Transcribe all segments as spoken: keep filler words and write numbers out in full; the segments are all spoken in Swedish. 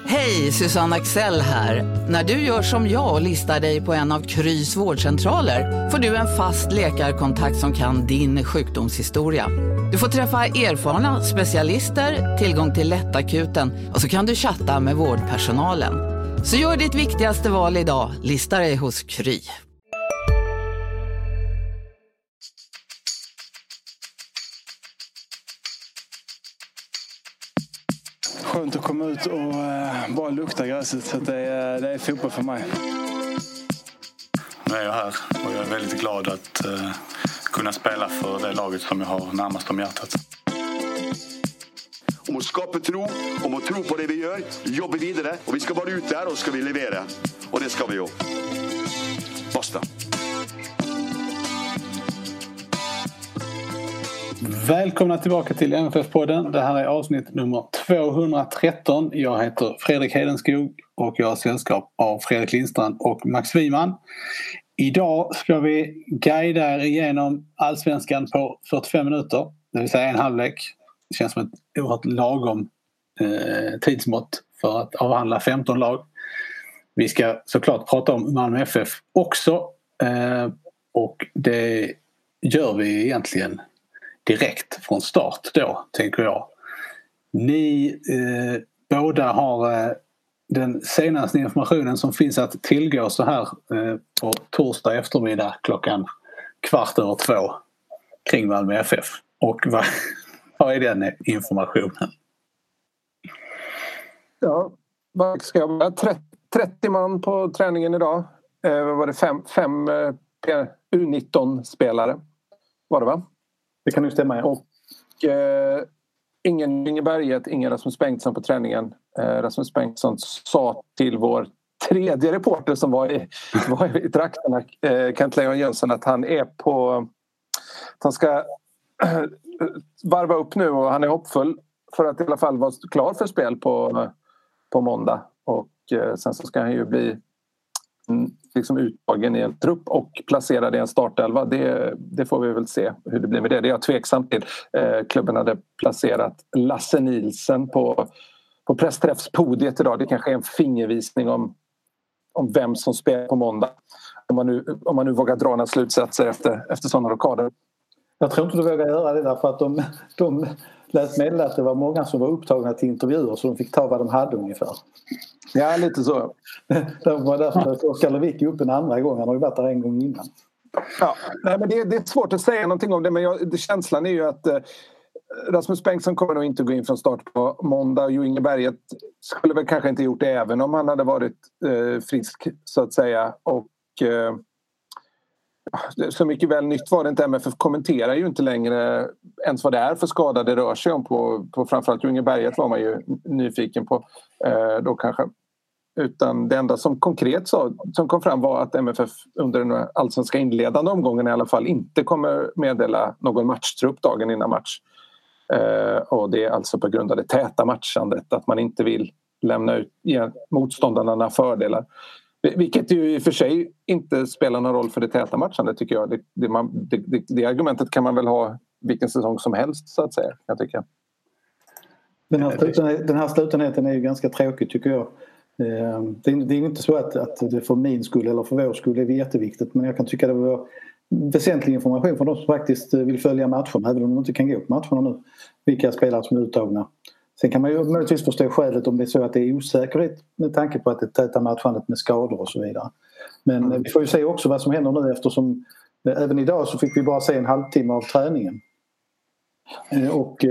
Hej, Susanne Axel här. När du gör som jag och listar dig på en av Krys vårdcentraler får du en fast läkarkontakt som kan din sjukdomshistoria. Du får träffa erfarna specialister, tillgång till lättakuten och så kan du chatta med vårdpersonalen. Så gör ditt viktigaste val idag, lista dig hos Kry. Skönt att komma ut och uh, bara lukta gräset, så att det, är, det är fotboll för mig. Nu är jag här och jag är väldigt glad att uh, kunna spela för det laget som jag har närmast om hjärtat. Om att skapa tro, om att tro på det vi gör, jobba vidare, och vi ska bara ut där och ska vi leverera. Och det ska vi ju. Basta. Välkomna tillbaka till M F F-podden. Det här är avsnitt nummer tvåhundratretton. Jag heter Fredrik Hedenskog och jag har sällskap av Fredrik Lindstrand och Max Wiman. Idag ska vi guida er igenom Allsvenskan på fyrtiofem minuter. Det vill säga en halvlek. Det känns som ett oerhört lagom eh, tidsmått för att avhandla femton lag. Vi ska såklart prata om Malmö F F också. Eh, och det gör vi egentligen direkt från start då, tänker jag. Ni eh, båda har eh, den senaste informationen som finns att tillgå så här eh, på torsdag eftermiddag klockan kvart över två kring Malmö F F. Och vad, vad är den informationen? Ja, vad ska jag börja? trettio man på träningen idag. Eh, vad var det? Fem, fem eh, U nitton-spelare var det, va? Det kan ju stämma, ja. Och eh, ingen Inge Berget, ingen Rasmus Bengtsson på träningen. Eh, Rasmus Bengtsson sa till vår tredje reporter som var i, var i trakterna, eh, Kent Leon Jönsson, att han är på... Att han ska eh, varva upp nu och han är hoppfull för att i alla fall vara klar för spel på, på måndag. Och eh, sen så ska han ju bli liksom uttagen i en trupp och placerad i en startelva. Det, det får vi väl se hur det blir med det. Det är jag tveksam till. Eh, klubben hade placerat Lasse Nilsen på, på pressträffspodiet idag. Det kanske är en fingervisning om, om vem som spelar på måndag. Om man nu, om man nu vågar dra några slutsatser efter, efter sådana rockader. Jag tror inte du vågar göra det därför att de, de lät meddela att det var många som var upptagna till intervjuer så de fick ta vad de hade ungefär. Ja, lite så. Det var därför att Oskar Lewicki upp en andra gång. Han har ju varit där en gång innan. Ja, nej, men det, det är svårt att säga någonting om det, men jag, det, känslan är ju att eh, Rasmus Bengtsson kommer nog inte gå in från start på måndag. Och Inge Berget skulle väl kanske inte gjort det även om han hade varit eh, frisk, så att säga. Och eh, så mycket väl nytt var det inte. M F F kommenterar ju inte längre ens vad det är för skada det rör sig om på, på framförallt Inge Berget var man ju nyfiken på eh, då kanske. Utan det enda som konkret så, som kom fram var att M F F under den allsvenska inledande omgången i alla fall inte kommer meddela någon matchtrupp dagen innan match. Eh, och det är alltså på grund av det täta matchandet att man inte vill lämna ut motståndarna några fördelar. Vilket ju i och för sig inte spelar någon roll för det täta matchandet tycker jag. Det, det, man, det, det, det argumentet kan man väl ha vilken säsong som helst så att säga, jag tycker. Den här, slutenhet, den här slutenheten är ju ganska tråkig tycker jag. Det är, det är inte så att, att det för min skull eller för vår skull är jätteviktigt, men jag kan tycka det var väsentlig information för de som faktiskt vill följa matcherna även om de inte kan gå på matcherna nu. Vilka spelare som är uttagna. Sen kan man ju möjligtvis förstå skälet om det är så att det är osäkerhet med tanke på att det täta matchandet med skador och så vidare. Men mm. vi får ju se också vad som händer nu eftersom även idag så fick vi bara se en halvtimme av träningen. Och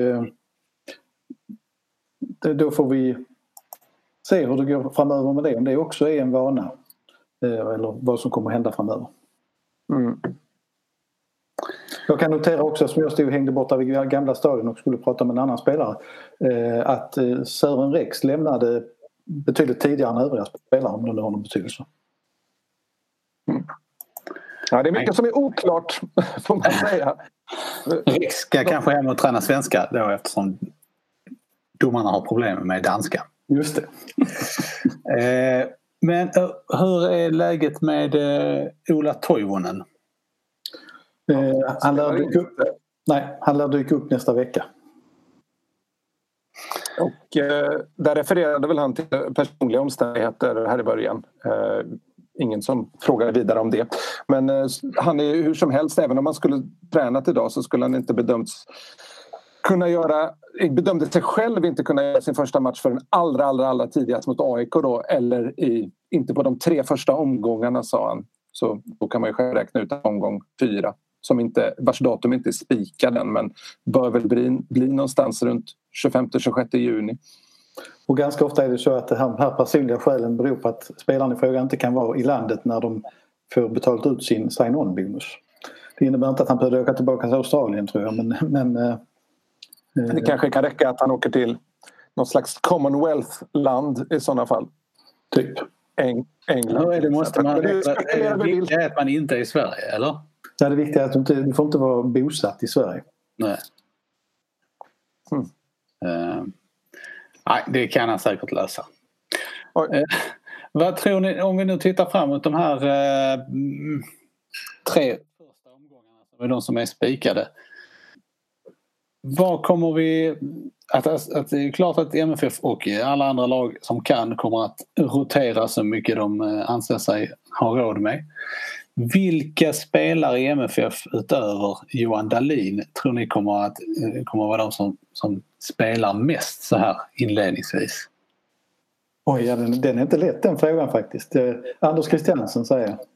då får vi se hur det går framöver med det. Om det också är en vana eller vad som kommer hända framöver. Mm. Jag kan notera också som jag stod och hängde borta vid gamla stadion och skulle prata med en annan spelare att Sören Rex lämnade betydligt tidigare än övriga spelare om det har någon betydelse. Mm. Ja, det är mycket som är oklart får man säga. Rex ska kanske hem och träna svenska då eftersom domarna har problem med danska. Just det. eh, men hur är läget med eh, Ola Toivonen? Eh, han lär dyka upp, nej, han lär dyka upp nästa vecka. Och eh, där refererade väl han till personliga omständigheter här i början. Eh, ingen som frågar vidare om det. Men eh, han är hur som helst, även om han skulle tränat idag så skulle han inte bedömts kunna göra, bedömde sig själv inte kunna göra sin första match för den allra, allra, allra tidigast mot A I K då, eller i, inte på de tre första omgångarna, sa han. Så då kan man ju själv räkna ut omgång fyra, som inte, vars datum inte är spikad än, men bör väl bli, bli någonstans runt tjugofemte till tjugosjätte juni. Och ganska ofta är det så att de här personliga skälen beror på att spelaren i fråga inte kan vara i landet när de får betalt ut sin sign-on-bonus. Det innebär inte att han behöver åka tillbaka till Australien, tror jag, men... men eh, det kanske kan räcka att han åker till något slags Commonwealth-land i sådana fall. Typ. Eng- England. Ja, det måste man... Det är det viktiga är att man inte är i Sverige, eller? Ja, det viktiga är att du inte, du får inte vara bosatt i Sverige. Nej. Hmm. Uh, nej, det kan han säkert lösa. Uh, vad tror ni, om vi nu tittar framåt de här uh, tre första omgångarna som är de som är spikade. Vad kommer vi... Att, att det är klart att M F F och alla andra lag som kan kommer att rotera så mycket de anser sig ha råd med. Vilka spelare i M F F utöver Johan Dahlin tror ni kommer att, kommer att vara de som, som spelar mest så här inledningsvis? Oj, ja, den, den är inte lätt den frågan faktiskt. Eh, Anders Christiansen säger jag.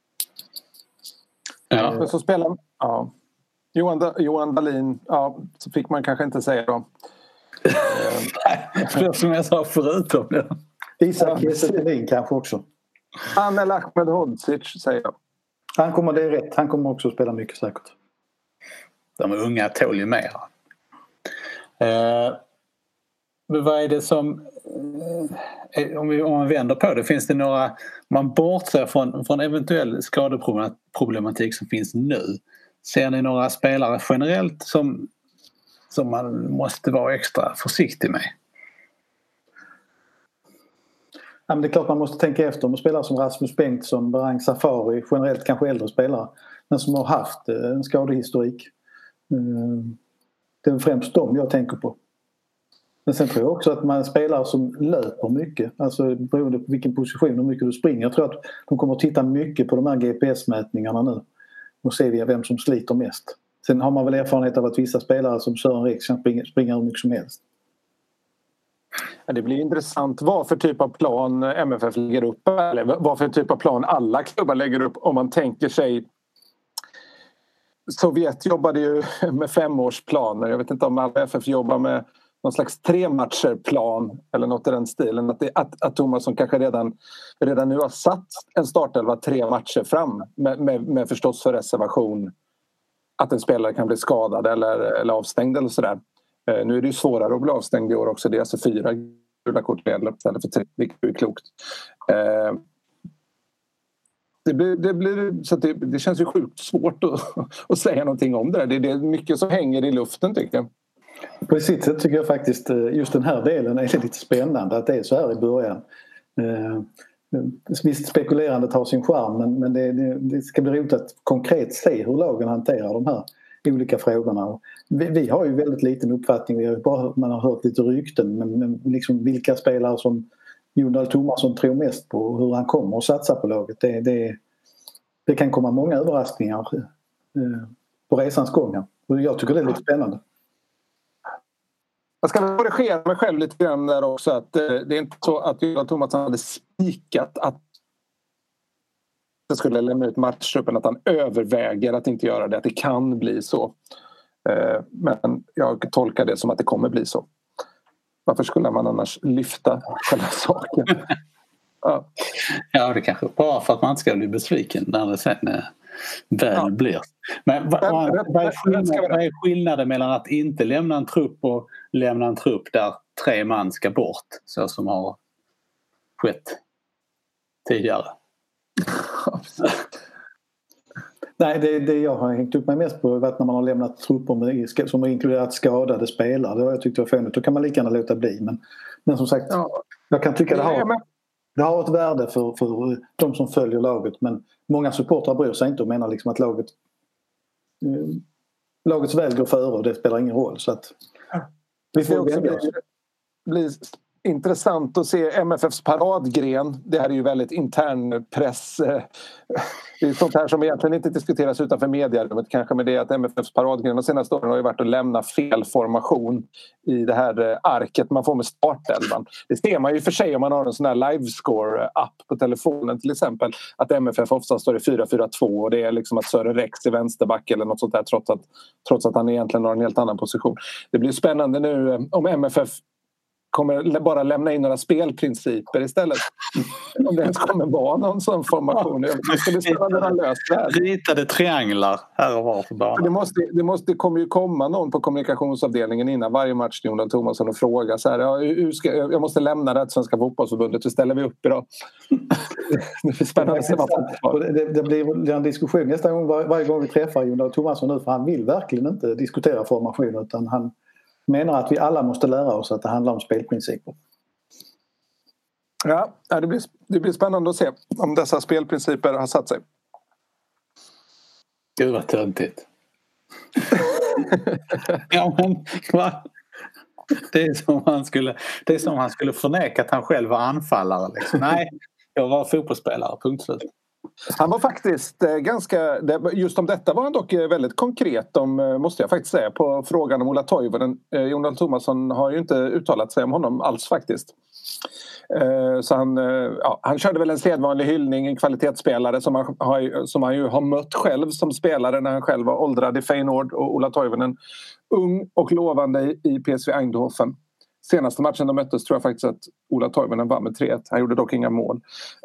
Ja. Men så spelar... Ja. Johan, Johan Dahlin, ja, så fick man kanske inte säga då. Nej, som jag sa förutom det. Isak Kiese Thelin kanske också. Anel Ahmedhodzic säger jag. Han kommer, det är rätt. Han kommer också att spela mycket säkert. De är unga, tål ju mer. Eh, men vad är det som... Eh, om, vi, om man vänder på det, finns det några... Man bortser från, från eventuell skadeproblematik som finns nu. Ser ni några spelare generellt som, som man måste vara extra försiktig med? Ja, men det är klart man måste tänka efter om spelare som Rasmus Bengtsson, Barang Safari, generellt kanske äldre spelare, men som har haft en skadehistorik. Det är främst dem jag tänker på. Men sen tror jag också att man spelar som löper mycket, alltså beroende på vilken position och hur mycket du springer. Jag tror att de kommer att titta mycket på de här G P S-mätningarna nu och se vem som sliter mest. Sen har man väl erfarenhet av att vissa spelare som Sören Riks kan springa, springa hur mycket som helst. Ja, det blir intressant vad för typ av plan M F F lägger upp, eller vad för typ av plan alla klubbar lägger upp, om man tänker sig. Sovjet jobbade ju med femårsplaner. Jag vet inte om alla F F jobbar med någon slags tre matcher plan eller något i den stilen. Att, det, att, att Thomasson kanske redan, redan nu har satt en startelva tre matcher fram med, med, med förstås för reservation att en spelare kan bli skadad eller, eller avstängd eller sådär. Eh, nu är det ju svårare att bli avstängd i år också. Det är alltså fyra gula kort istället för tre, vilket är klokt. Eh, det, blir, det, blir, så det, det känns ju sjukt svårt att, att säga någonting om det där. Det är, det är mycket som hänger i luften, tycker jag. På sitt sätt tycker jag faktiskt just den här delen är lite spännande att det är så här i början. Eh, visst, spekulerandet har sin charm, men, men det, det, det ska bli roligt att konkret se hur lagen hanterar de här olika frågorna. Och vi, vi har ju väldigt liten uppfattning, vi har bara, man har hört lite rykten, men, men liksom vilka spelare som Jon Dahl Tomasson tror mest på och hur han kommer att satsa på laget. Det, det, det kan komma många överraskningar eh, på resans gång. Och jag tycker det är lite spännande. Jag ska korrigera mig själv lite grann där också, att det är inte så att Jon Dahl Tomasson hade spikat att det skulle lämna ut matchtruppen, att han överväger att inte göra det, att det kan bli så. Men jag tolkar det som att det kommer bli så. Varför skulle man annars lyfta själva saken? Ja, ja, det kanske bara för att man inte ska bli besviken när det sen väl ja. blir. Men vad, vad, vad, är skillnaden, vad är skillnaden mellan att inte lämna en trupp och lämna en trupp där tre man ska bort, så som har skett tidigare? Nej, det, det jag har hängt upp mig mest på är att när man har lämnat trupper med, som har inkluderat skadade spelare, det har jag tyckt var fånigt. Då kan man lika gärna låta bli. Men, men som sagt, ja. jag kan tycka det har, det har ett värde för, för de som följer laget. Men många supportrar bryr sig inte och menar liksom att laget lagets väl går före och det spelar ingen roll. Så att, vi får också bli, bli intressant att se M F F:s paradgren. Det här är ju väldigt intern press. Det är sånt här som egentligen inte diskuteras utanför medierummet kanske, med det att M F F:s paradgren de senaste åren har ju varit att lämna fel formation i det här arket man får med startelvan. Det ser man ju för sig om man har en sån här livescore-app på telefonen till exempel, att M F F ofta står i fyra fyra två och det är liksom att Sören Rex i vänsterback eller något sånt där, trots att, trots att han egentligen har en helt annan position. Det blir spännande nu om M F F kommer bara lämna in några spelprinciper istället. Om det ens kommer vara någon sån formation. Det ska bli spännande att lösa det här. Ritade trianglar här och var för banan. Det, måste, det, måste, det kommer ju komma någon på kommunikationsavdelningen innan varje match till Jon Thomasson och fråga så här, ja, hur ska, jag måste lämna det Svenska fotbollsförbundet, hur ställer vi upp idag? Det blir spännande att se vad det, det blir en diskussion nästa gång var, varje gång vi träffar Jon Thomasson nu, för han vill verkligen inte diskutera formation, utan han menar att vi alla måste lära oss att det handlar om spelprinciper. Ja, det blir, det blir spännande att se om dessa spelprinciper har satt sig. Gud vad töntigt. Ja, men va? Det är som han skulle, det är som han skulle förneka att han själv var anfallare. Liksom. Nej, jag var fotbollsspelare, punkt slut. Han var faktiskt ganska, just om detta var han dock väldigt konkret om, måste jag faktiskt säga, på frågan om Ola Toivonen. Jon Thomasson har ju inte uttalat sig om honom alls faktiskt. Så han, ja, han körde väl en sedvanlig hyllning, en kvalitetsspelare som han, har, som han ju har mött själv som spelare när han själv var åldrad i Feyenoord, och Ola Toivonen ung och lovande i P S V Eindhoven. Senaste matchen de möttes tror jag faktiskt att Ola Toivonen vann med tre ett. Han gjorde dock inga mål.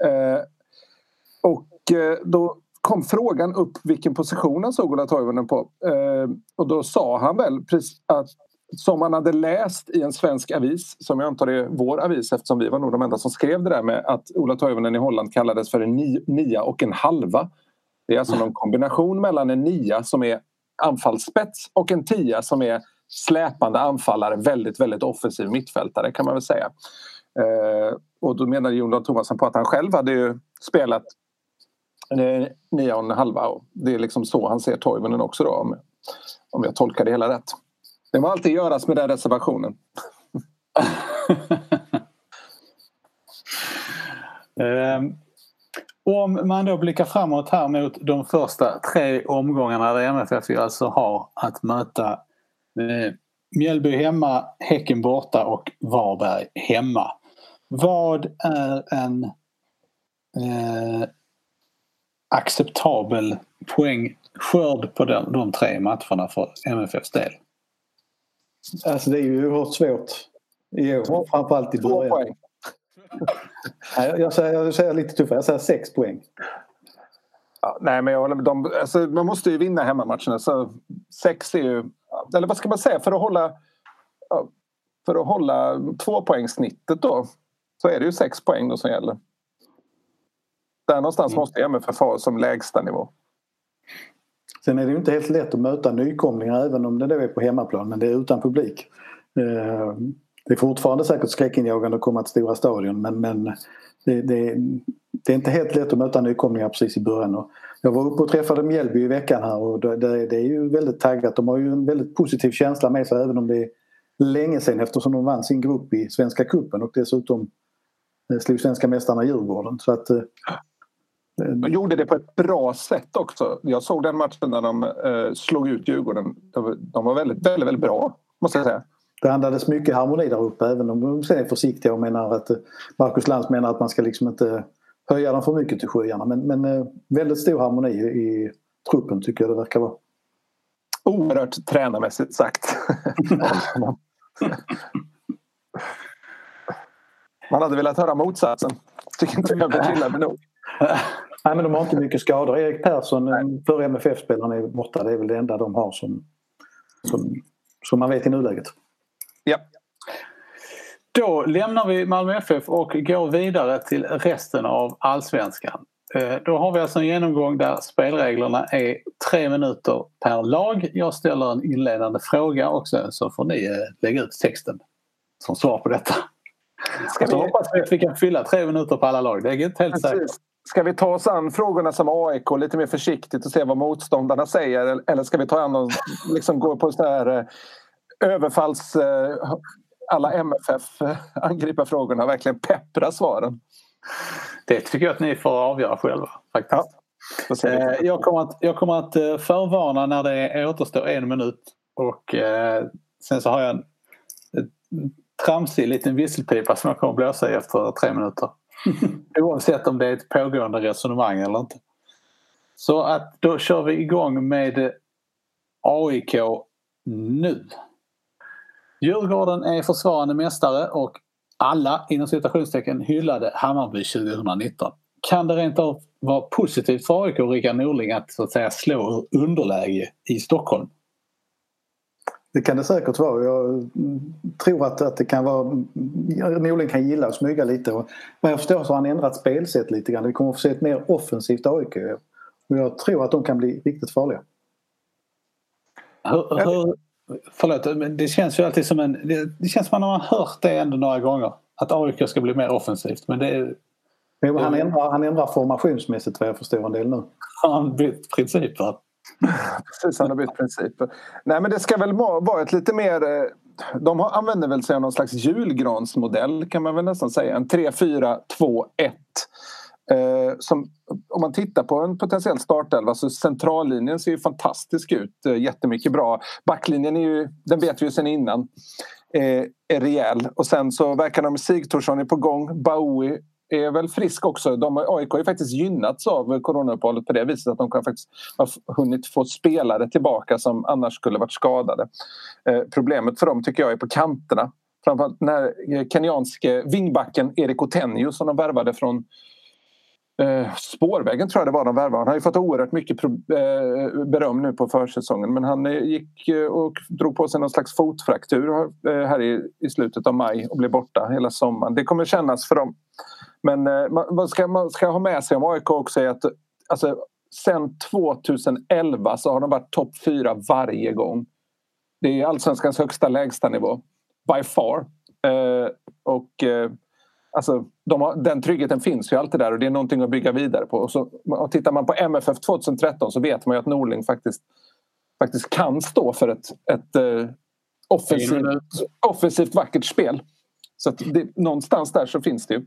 Och då kom frågan upp vilken position han såg Ola Toivonen på. Och då sa han väl att, som han hade läst i en svensk avis, som jag antar är vår avis eftersom vi var nog de enda som skrev det där, med att Ola Toivonen i Holland kallades för en ni, nia och en halva. Det är alltså någon kombination mellan en nia som är anfallsspets och en tia som är släpande anfallare, väldigt, väldigt offensiv mittfältare kan man väl säga. Och då menade Jon Thomasson på att han själv hade ju spelat nio och en halva, och det är liksom så han ser Toivonen också då, om, om jag tolkar det hela rätt. Det må alltid göras med den reservationen. um, om man då blickar framåt här mot de första tre omgångarna där M F F alltså har att möta eh, Mjällby hemma, Häcken borta och Varberg hemma. Vad är en eh, acceptabel poängskörd på de, de tre matcherna för M F F:s del? Alltså det är ju oerhört svårt i år, framförallt i början. Två poäng. jag, jag, säger, jag säger lite tuffare, jag säger sex poäng. Ja, nej, men jag, de, alltså, man måste ju vinna hemmamatcherna, så sex är ju, eller vad ska man säga, för att hålla för att hålla tvåpoängssnittet då, så är det ju sex poäng då som gäller. Där någonstans mm. måste M F F ha som lägsta nivå. Sen är det ju inte helt lätt att möta nykomlingar även om det då är på hemmaplan, men det är utan publik. Det är fortfarande säkert skräckinjagande att komma till stora stadion, men, men det, det, det är inte helt lätt att möta nykomlingar precis i början. Och jag var uppe och träffade Mjällby i veckan här, och det, det är ju väldigt taggat. De har ju en väldigt positiv känsla med sig även om det är länge sedan, eftersom de vann sin grupp i Svenska cupen och dessutom slog svenska mästarna Djurgården. Så att de gjorde det på ett bra sätt också. Jag såg den matchen när de eh, slog ut Djurgården. De var väldigt, väldigt, väldigt bra, måste jag säga. Det andades mycket harmoni där uppe, även om de sen är försiktiga och menar att Marcus Lantz menar att man ska liksom inte höja dem för mycket till skyarna. Men, men väldigt stor harmoni i truppen tycker jag det verkar vara. Oerhört tränarmässigt sagt. Man hade velat höra motsatsen. Tycker inte jag betydligt nog. Nej, men de har inte mycket skador. Erik Persson, för M F F-spelaren, är borta. Det är väl det enda de har som, som, som man vet i nuläget. Ja. Då lämnar vi Malmö F F och går vidare till resten av Allsvenskan. Då har vi alltså en genomgång där spelreglerna är tre minuter per lag. Jag ställer en inledande fråga och sen så får ni lägga ut texten som svar på detta. Ska vi hoppas att vi kan fylla tre minuter på alla lag. Det är inte helt säkert. Ska vi ta oss an frågorna som A I K lite mer försiktigt och se vad motståndarna säger? Eller ska vi ta an och liksom gå på sån här överfalls alla M F F-angriparfrågorna verkligen peppra svaren. Det tycker jag att ni får avgöra själva faktiskt. Ja, eh, jag, kommer att, jag kommer att förvarna när det återstår en minut och eh, sen så har jag en, en tramsig liten visselpipa som jag kommer att blåsa i efter tre minuter. Oavsett om det är ett pågående resonemang eller inte. Så att då kör vi igång med A I K nu. Djurgården är försvarande mästare och alla inom citationstecken hyllade Hammarby tjugonitton. Kan det rent av vara positivt för A I K och Rickard Norling att så att säga slå underläge i Stockholm? Det kan det säkert vara. Jag tror att, att det kan vara... Norling kan gilla att smyga lite. Och vad jag förstår så har han ändrat spelsätt lite grann. Vi kommer att få se ett mer offensivt A I K. Och jag tror att de kan bli riktigt farliga. Hur, hur, förlåt, men det känns ju alltid som en... Det, det känns som att man har hört det ändå några gånger. Att A I K ska bli mer offensivt. Men det är... Jo, han, ändrar, han ändrar formationsmässigt vad jag förstår en del nu. Han har bytt principer. Precis, han har bytt principer. Nej, men det ska väl vara ett lite mer... De använder väl sig av någon slags julgransmodell kan man väl nästan säga. En tre fyra två ett. Eh, som, om man tittar på en potentiell startelva så centrallinjen ser ju fantastisk ut. Eh, jättemycket bra. Backlinjen är ju, den vet vi ju sedan innan, eh, är rejäl. Och sen så verkar de med Sigthorsson är på gång. Baui är väl frisk också. De, A I K har ju faktiskt gynnats av coronauppehållet på det viset att de kan faktiskt ha hunnit få spelare tillbaka som annars skulle varit skadade. Eh, problemet för dem tycker jag är på kanterna. Framförallt när kenyanske vingbacken Erik Otenio som de värvade från eh, Spårvägen tror jag det var de värvade. Han har ju fått oerhört mycket pro- eh, beröm nu på försäsongen men han eh, gick och drog på sig någon slags fotfraktur eh, här i, i slutet av maj och blev borta hela sommaren. Det kommer kännas för dem. Men eh, man, ska, man ska ha med sig om A I K också är att alltså, sen tjugoelva så har de varit topp fyra varje gång. Det är allsvenskans högsta lägsta nivå. By far. Eh, och eh, alltså, de har, den tryggheten finns ju alltid där och det är någonting att bygga vidare på. Och, så, och tittar man på M F F tjugohundratretton så vet man ju att Norling faktiskt, faktiskt kan stå för ett, ett eh, offensivt, offensivt vackert spel. Så att det, någonstans där så finns det ju.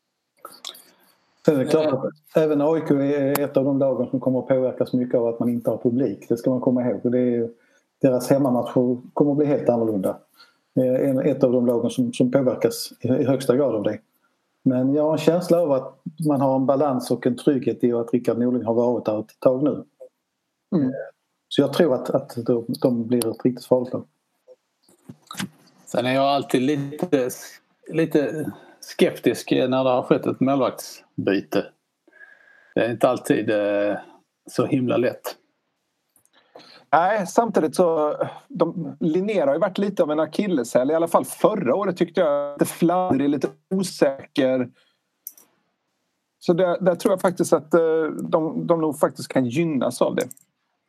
Det är klart att även A I K är ett av de lagen som kommer att påverkas mycket av att man inte har publik. Det ska man komma ihåg. Och det är, deras hemmamatcher kommer att bli helt annorlunda. Det är ett av de lagen som, som påverkas i högsta grad av det. Men jag har en känsla av att man har en balans och en trygghet i att Rickard Norling har varit där ett tag nu. Mm. Så jag tror att, att de, de blir ett riktigt farligt lag. Sen är jag alltid lite, lite skeptisk när det har skett ett målvaktsbyte. Det är inte alltid eh, så himla lätt. Nej, samtidigt så de, Linnér har ju varit lite av en akilleshäl. I alla fall förra året tyckte jag att det fladdrig, lite osäker. Så där, där tror jag faktiskt att de, de nog faktiskt kan gynnas av det.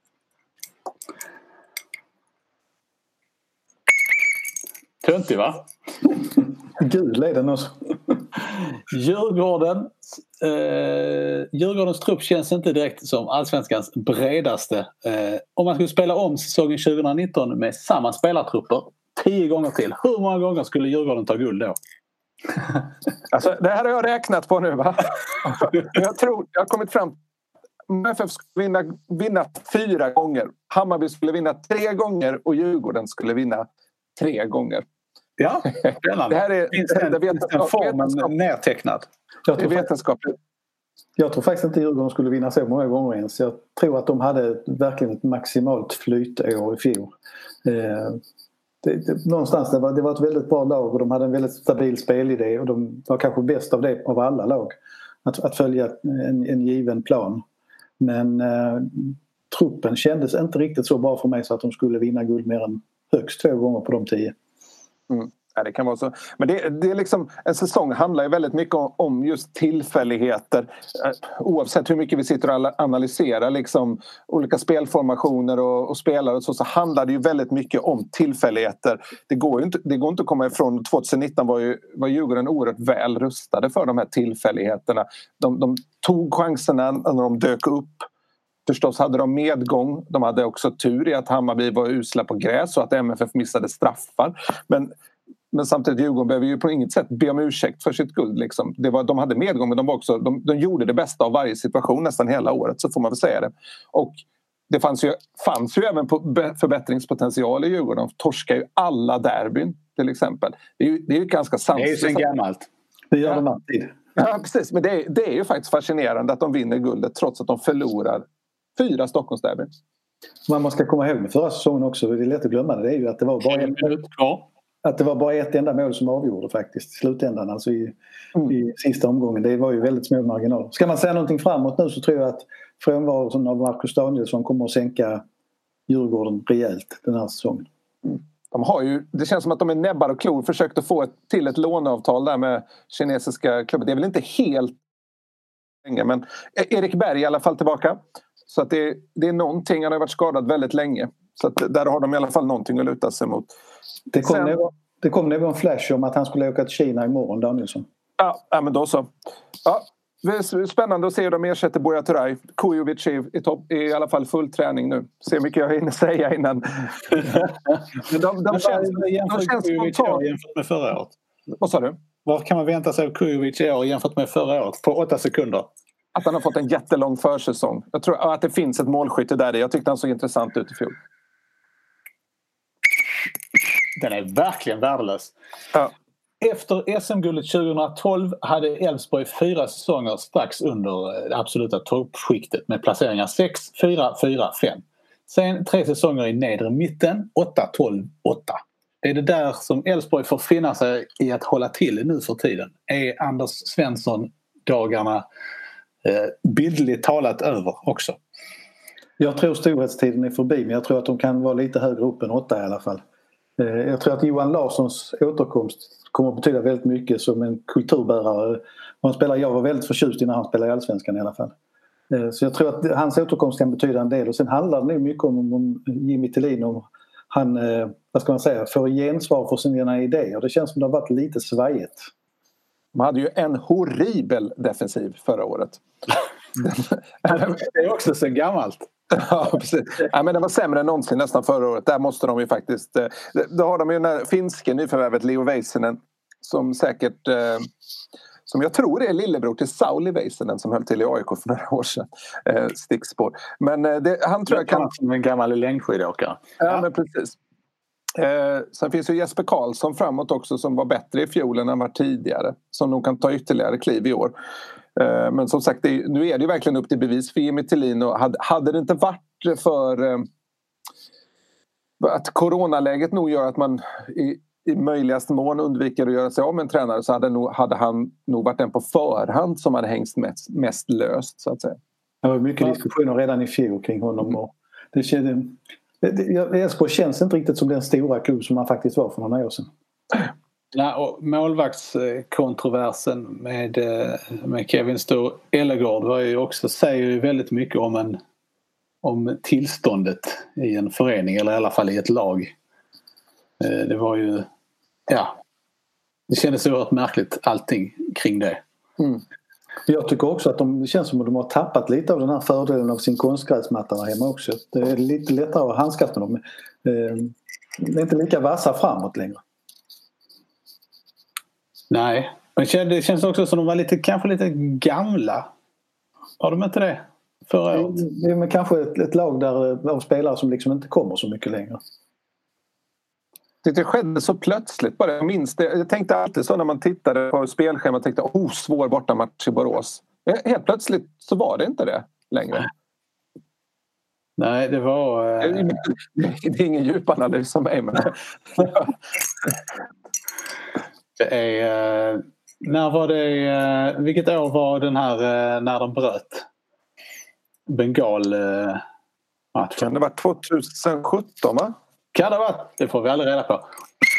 Töntig va? Gud, är den också. Djurgården, eh, Djurgårdens trupp känns inte direkt som allsvenskans bredaste. Eh, om man skulle spela om säsongen tjugonitton med samma spelartrupper tio gånger till, hur många gånger skulle Djurgården ta guld då? Alltså, det här har jag räknat på nu va? Jag tror, jag har kommit fram M F F skulle vinna, vinna fyra gånger. Hammarby skulle vinna tre gånger och Djurgården skulle vinna tre gånger. Ja, det här är finns det, det vet, en formen nedtecknad. Jag tror, vetenskapligt. Jag tror faktiskt inte Djurgården skulle vinna så många gånger ens. Jag tror att de hade verkligen ett maximalt flytår i fjol. Eh, det, det, någonstans det var, det var ett väldigt bra lag och de hade en väldigt stabil spelidé och de var kanske bäst av det av alla lag. Att, att följa en, en given plan. Men eh, truppen kändes inte riktigt så bra för mig så att de skulle vinna guld mer än högst två gånger på de tio. Mm. Ja, det kan vara så. Men det, det är liksom, en säsong handlar ju väldigt mycket om, om just tillfälligheter. Oavsett hur mycket vi sitter och analyserar liksom, olika spelformationer och, och spelare och så, så handlar det ju väldigt mycket om tillfälligheter. Det går ju inte, det går inte att komma ifrån. tjugonitton var ju var Djurgården oerhört väl rustade för de här tillfälligheterna. De, de tog chanserna när de dök upp. Förstås hade de medgång. De hade också tur i att Hammarby var usla på gräs och att M F F missade straffar. Men Men samtidigt Djurgården behöver ju på inget sätt be om ursäkt för sitt guld. Liksom. Det var, de hade medgång men de, var också, de, de gjorde det bästa av varje situation nästan hela året, så får man väl säga det. Och det fanns ju, fanns ju även på förbättringspotential i Djurgården. De torskar ju alla derbyn till exempel. Det är ju, det är ju ganska sant. Det är ju sen gammalt. Det gör de alltid. Ja, precis. Men det är, det är ju faktiskt fascinerande att de vinner guldet trots att de förlorar fyra Stockholmsderbyn. Vad man ska komma ihåg med förra säsongen också, det är lätt att glömma det, det är ju att det var bara ett minut kvar. Att det var bara ett enda mål som avgjorde faktiskt i slutändan, alltså i, mm. i sista omgången. Det var ju väldigt små marginaler. Ska man säga någonting framåt nu så tror jag att frånvaron av Marcus Danielsson kommer att sänka Djurgården rejält den här säsongen. Mm. De har ju, det känns som att de är näbbar och klor försökt att få ett, till ett låneavtal där med kinesiska klubbar. Det är väl inte helt länge, men Erik Berg i alla fall tillbaka. Så att det, det är någonting, han har varit skadad väldigt länge. Så att där har de i alla fall någonting att luta sig mot. Det kom, Sen, någon, det kom någon flash om att han skulle åka till Kina imorgon, Danielsson. Ja, ja men då så. Ja, det är spännande att se hur de ersätter Buya Turay. Kujovic är i, topp, är i alla fall full träning nu. Se hur mycket jag hinner säga innan. Men de, de känns, de känns spontant jämfört med förra året. Vad sa du? Vad kan man vänta sig av Kujovic i år jämfört med förra året på åtta sekunder? Att han har fått en jättelång försäsong. Jag tror att det finns ett målskytte där. Jag tyckte han såg intressant ut i fjol. Den är verkligen värdelös. Ja. Efter S M-guldet tjugohundratolv hade Elfsborg fyra säsonger strax under det absoluta toppskiktet med placeringar sex, fyra, fyra, fem. Sen tre säsonger i nedre mitten, åtta, tolv, åtta. Det är det där som Elfsborg får finna sig i att hålla till nu för tiden. Är Anders Svensson-dagarna eh, bildligt talat över också? Jag tror storhetstiden är förbi, men jag tror att de kan vara lite högre upp än åtta i alla fall. Jag tror att Johan Larssons återkomst kommer att betyda väldigt mycket som en kulturbärare. Han spelar, jag var väldigt förtjust när han spelade i Allsvenskan i alla fall. Så jag tror att hans återkomst kan betyda en del. Och sen handlar det nog mycket om, om Jimmy Thelin, om han, vad ska man säga, får gensvar för sina idéer. Det känns som det har varit lite svajigt. Man hade ju en horribel defensiv förra året. Det är också så gammalt. Ja, precis. Ja, men det var sämre än någonsin nästan förra året. Där måste de ju faktiskt... Då har de ju den här finske nyförvärvet Leo Väisänen som säkert... Som jag tror är lillebror till Sauli Väisänen som höll till i A I K för några år sedan. Stickspår. Men det, han tror jag kan... Som en gammal längdskidåkare. Ja, ja, men precis. Eh, sen finns ju Jesper Karlsson framåt också som var bättre i fjol än han var tidigare. Som nog kan ta ytterligare kliv i år. Eh, men som sagt, det, nu är det verkligen upp till bevis för Jimmy Thelin. Och hade, hade det inte varit för eh, att coronaläget nog gör att man i, i möjligast mån undviker att göra sig av med en tränare, så hade, nog, hade han nog varit den på förhand som hade hängt mest, mest löst så att säga. Det var mycket diskussioner redan i fjol kring honom. Och det kände... Elfsborg känns inte riktigt som den stora klubb som man faktiskt var för några år sedan. Ja, och målvaktskontroversen med, med Kevin Stor Ellegård var ju också, säger ju väldigt mycket om, en, om tillståndet i en förening eller i alla fall i ett lag. Det var ju, ja, det kändes oerhört märkligt allting kring det. Mm. Jag tycker också att de, det känns som att de har tappat lite av den här fördelen av sin konstgräsmatta här hemma också. Det är lite lättare att handskas med dem. Det är inte lika vassa framåt längre. Nej, men det känns också som att de var lite, kanske lite gamla. Har de inte det förra året? Det är men kanske ett, ett lag där av spelare som liksom inte kommer så mycket längre. Det skedde så plötsligt bara. Jag minns det. Jag tänkte alltid så när man tittade på spelschemat, tänkte oh, svår bortamatch i Borås. Helt plötsligt så var det inte det längre. Nej, det var... Uh... Det är ingen djupanalys som är med. Det är... Uh... När var det... Uh... Vilket år var den här uh... när de bröt? Bengal... Uh... Kan det vara tjugohundrasjutton, va? Kan det vara? Det får vi aldrig reda på.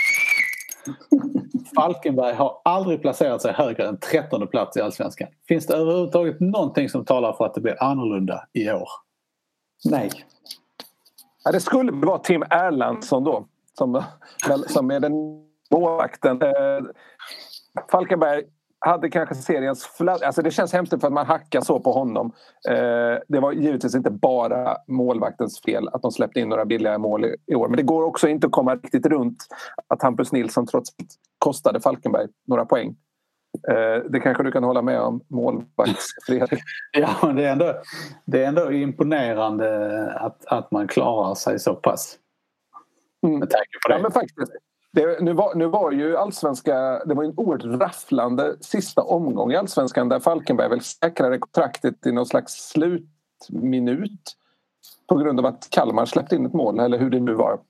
Falkenberg har aldrig placerat sig högre än trettonde plats i Allsvenskan. Finns det överhuvudtaget någonting som talar för att det blir annorlunda i år? Nej. Ja, det skulle vara Tim Erlandsson då. Som, som är den målvakten. Falkenberg hade kanske seriens fladd... Alltså det känns hemskt för att man hackar så på honom. Eh, det var givetvis inte bara målvaktens fel att de släppte in några billiga mål i, i år. Men det går också inte att komma riktigt runt att Hampus Nilsson trots allt kostade Falkenberg några poäng. Eh, det kanske du kan hålla med om, målvakts Fredrik. Ja, det är ändå, det är ändå imponerande att, att man klarar sig så pass. Mm. Med tanke på det. Ja, men faktiskt. Det, nu, var, nu var ju allsvenska, det var en oerhört rafflande sista omgång i allsvenskan där Falkenberg väl säkrade kontraktet i någon slags slutminut på grund av att Kalmar släppte in ett mål, eller hur det nu var.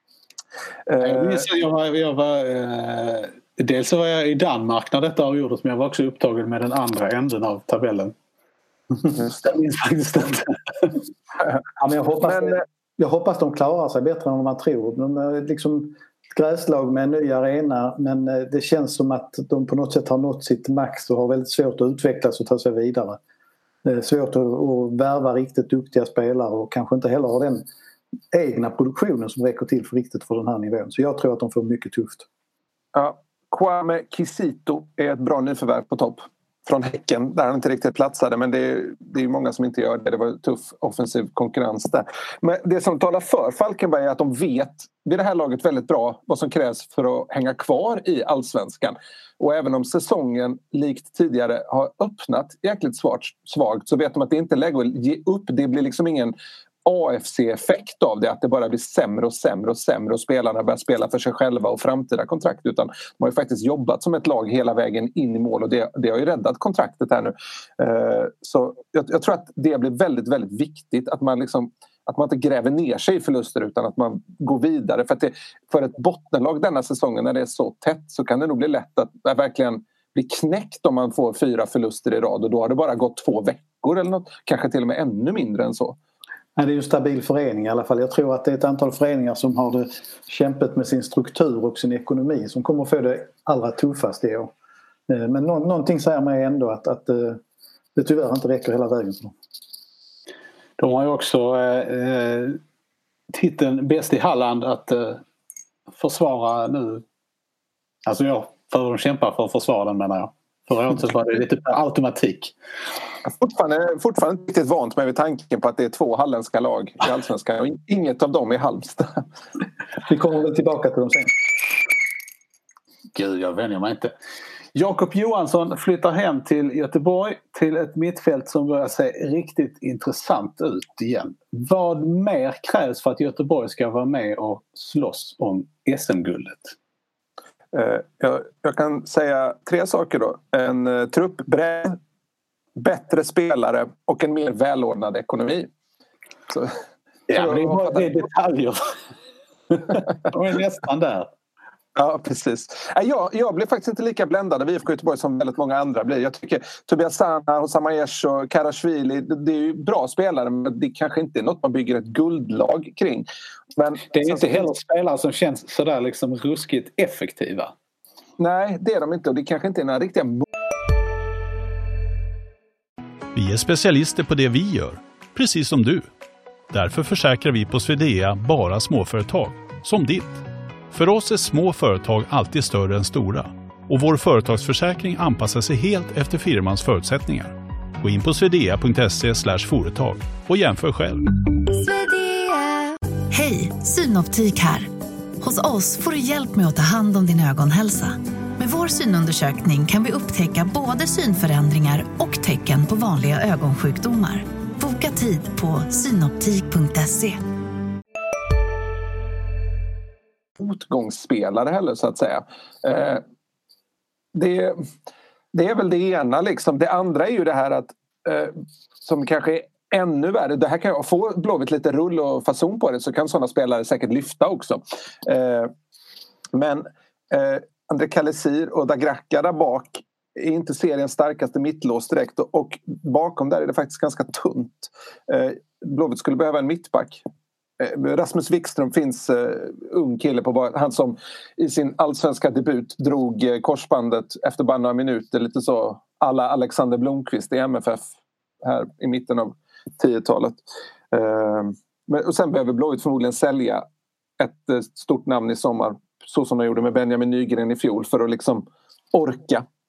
Jag minns, jag var, jag var, eh, dels så var jag i Danmark när detta avgjordes, men jag var också upptagen med den andra änden av tabellen. Just det. Jag minns faktiskt inte. Ja, men jag, hoppas, Men, jag hoppas de klarar sig bättre än vad man tror. De är liksom gräslag med en ny arena, men det känns som att de på något sätt har nått sitt max och har väldigt svårt att utvecklas och ta sig vidare. Det är svårt att, att värva riktigt duktiga spelare och kanske inte heller har den egna produktionen som räcker till för riktigt för den här nivån. Så jag tror att de får mycket tufft. Ja, Kwame Kisito är ett bra nyförvärv på topp. Från Häcken, där han inte riktigt platsade, men det är, det är många som inte gör det. Det var tuff offensiv konkurrens där. Men det som talar för Falkenberg är att de vet vid det här laget väldigt bra vad som krävs för att hänga kvar i allsvenskan. Och även om säsongen likt tidigare har öppnat jäkligt svagt så vet de att det inte är läge att ge upp. Det blir liksom ingen A F C-effekt av det, att det bara blir sämre och sämre och sämre och spelarna börjar spela för sig själva och framtida kontrakt, utan de har ju faktiskt jobbat som ett lag hela vägen in i mål och det, det har ju räddat kontraktet här nu. Så jag, jag tror att det blir väldigt, väldigt viktigt att man liksom att man inte gräver ner sig i förluster utan att man går vidare, för att det, för ett bottenlag denna säsongen när det är så tätt så kan det nog bli lätt att det verkligen bli knäckt om man får fyra förluster i rad och då har det bara gått två veckor eller något, kanske till och med ännu mindre än så. Det är ju en stabil förening i alla fall. Jag tror att det är ett antal föreningar som har det kämpat med sin struktur och sin ekonomi som kommer att få det allra tuffast i år. Men nå- någonting säger mig ändå att, att det tyvärr inte räcker hela vägen. De har ju också eh, titeln bäst i Halland att eh, försvara nu. Alltså ja, för de kämpar för att försvara den, menar jag. Förra året så var det lite per automatik. Fortfarande, fortfarande inte riktigt vant mig vid tanken på att det är två halländska lag i allsvenskan och inget av dem är Halmstad. Vi kommer väl tillbaka till dem sen. Gud, jag vänjer mig inte. Jakob Johansson flyttar hem till Göteborg till ett mittfält som börjar se riktigt intressant ut igen. Vad mer krävs för att Göteborg ska vara med och slåss om S M-guldet? Uh, jag, jag kan säga tre saker då. En uh, truppbredd, bättre spelare och en mer välordnad ekonomi. Så, ja, men det är bara det detaljer. De är nästan där. Ja, precis. Jag, jag blir faktiskt inte lika bländad av I F K Göteborg som väldigt många andra blir. Jag tycker Tobias Sana, Hossam Aiesh och Karashvili, det, det är ju bra spelare, men det kanske inte är något man bygger ett guldlag kring. Men det är inte heller spelare som känns sådär liksom ruskigt effektiva. Nej, det är de inte, och det kanske inte är några riktiga... Vi är specialister på det vi gör, precis som du. Därför försäkrar vi på Swedea bara småföretag, som ditt. För oss är små företag alltid större än stora. Och vår företagsförsäkring anpassar sig helt efter firmans förutsättningar. Gå in på swedea punkt se slash företag och jämför själv. Hej, Synoptik här. Hos oss får du hjälp med att ta hand om din ögonhälsa. Med vår synundersökning kan vi upptäcka både synförändringar och tecken på vanliga ögonsjukdomar. Boka tid på synoptik punkt se. Motgångsspelare heller, så att säga. Eh, det, det är väl det ena liksom. Det andra är ju det här att eh, som kanske är ännu värre. Det här kan jag få Blåvitt lite rull och fason på det, så kan sådana spelare säkert lyfta också. Eh, men eh, André Kalesir och Dagraka där bak är inte seriens starkaste mittlås direkt, och, och bakom där är det faktiskt ganska tunt. Eh, Blåvitt skulle behöva en mittback. Rasmus Wikström finns uh, ung kille på, han som i sin allsvenska debut drog uh, korsbandet efter bara några minuter, lite så alla Alexander Blomqvist i M F F här i mitten av tiotalet. Uh, men, och sen behöver Blåvitt förmodligen sälja ett uh, stort namn i sommar, så som de gjorde med Benjamin Nygren i fjol, för att liksom orka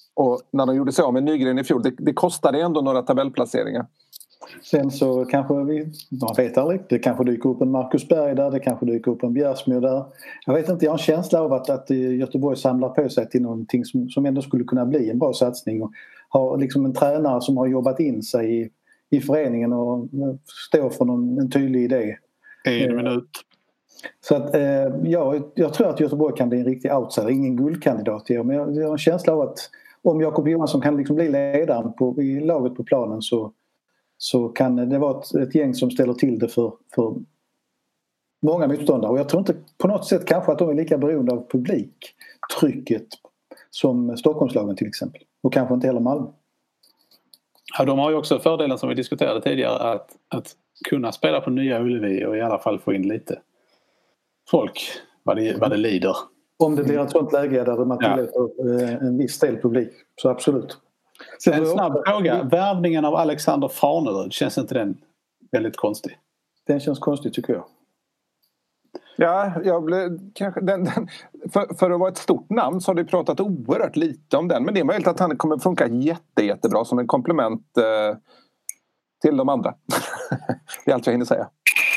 Och när de gjorde sig av med Nygren i fjol, det, det kostade ändå några tabellplaceringar. Sen så kanske vi, man vet aldrig, det kanske dyker upp en Marcus Berg där, det kanske dyker upp en Bjärsmyr där. Jag vet inte, jag har en känsla av att, att Göteborg samlar på sig till någonting som, som ändå skulle kunna bli en bra satsning. Och har liksom en tränare som har jobbat in sig i, i föreningen och står för någon, en tydlig idé. En minut. Så att, eh, ja, jag tror att Göteborg kan bli en riktig outsider, ingen guldkandidat. Men jag, jag har en känsla av att om Jakob Johansson kan liksom bli ledaren på, i laget på planen så så kan det vara ett, ett gäng som ställer till det för, för många motståndare. Och jag tror inte på något sätt kanske att de är lika beroende av publiktrycket som Stockholmslagen till exempel. Och kanske inte heller Malmö. Ja, de har ju också fördelen som vi diskuterade tidigare att, att kunna spela på nya Ullevi och i alla fall få in lite folk vad det, vad det lider. Om det blir ett sånt läge där man tillåter ja. en viss del publik, så absolut. Sen en snabb fråga. Värvningen av Alexander Farnerud, känns inte den väldigt konstig? Den känns konstig tycker jag. Ja, jag blev, kanske, den, den, för, för att vara ett stort namn så har du pratat oerhört lite om den. Men det är möjligt att han kommer funka jätte, jättebra som en komplement eh, till de andra. Det är allt jag hinner säga.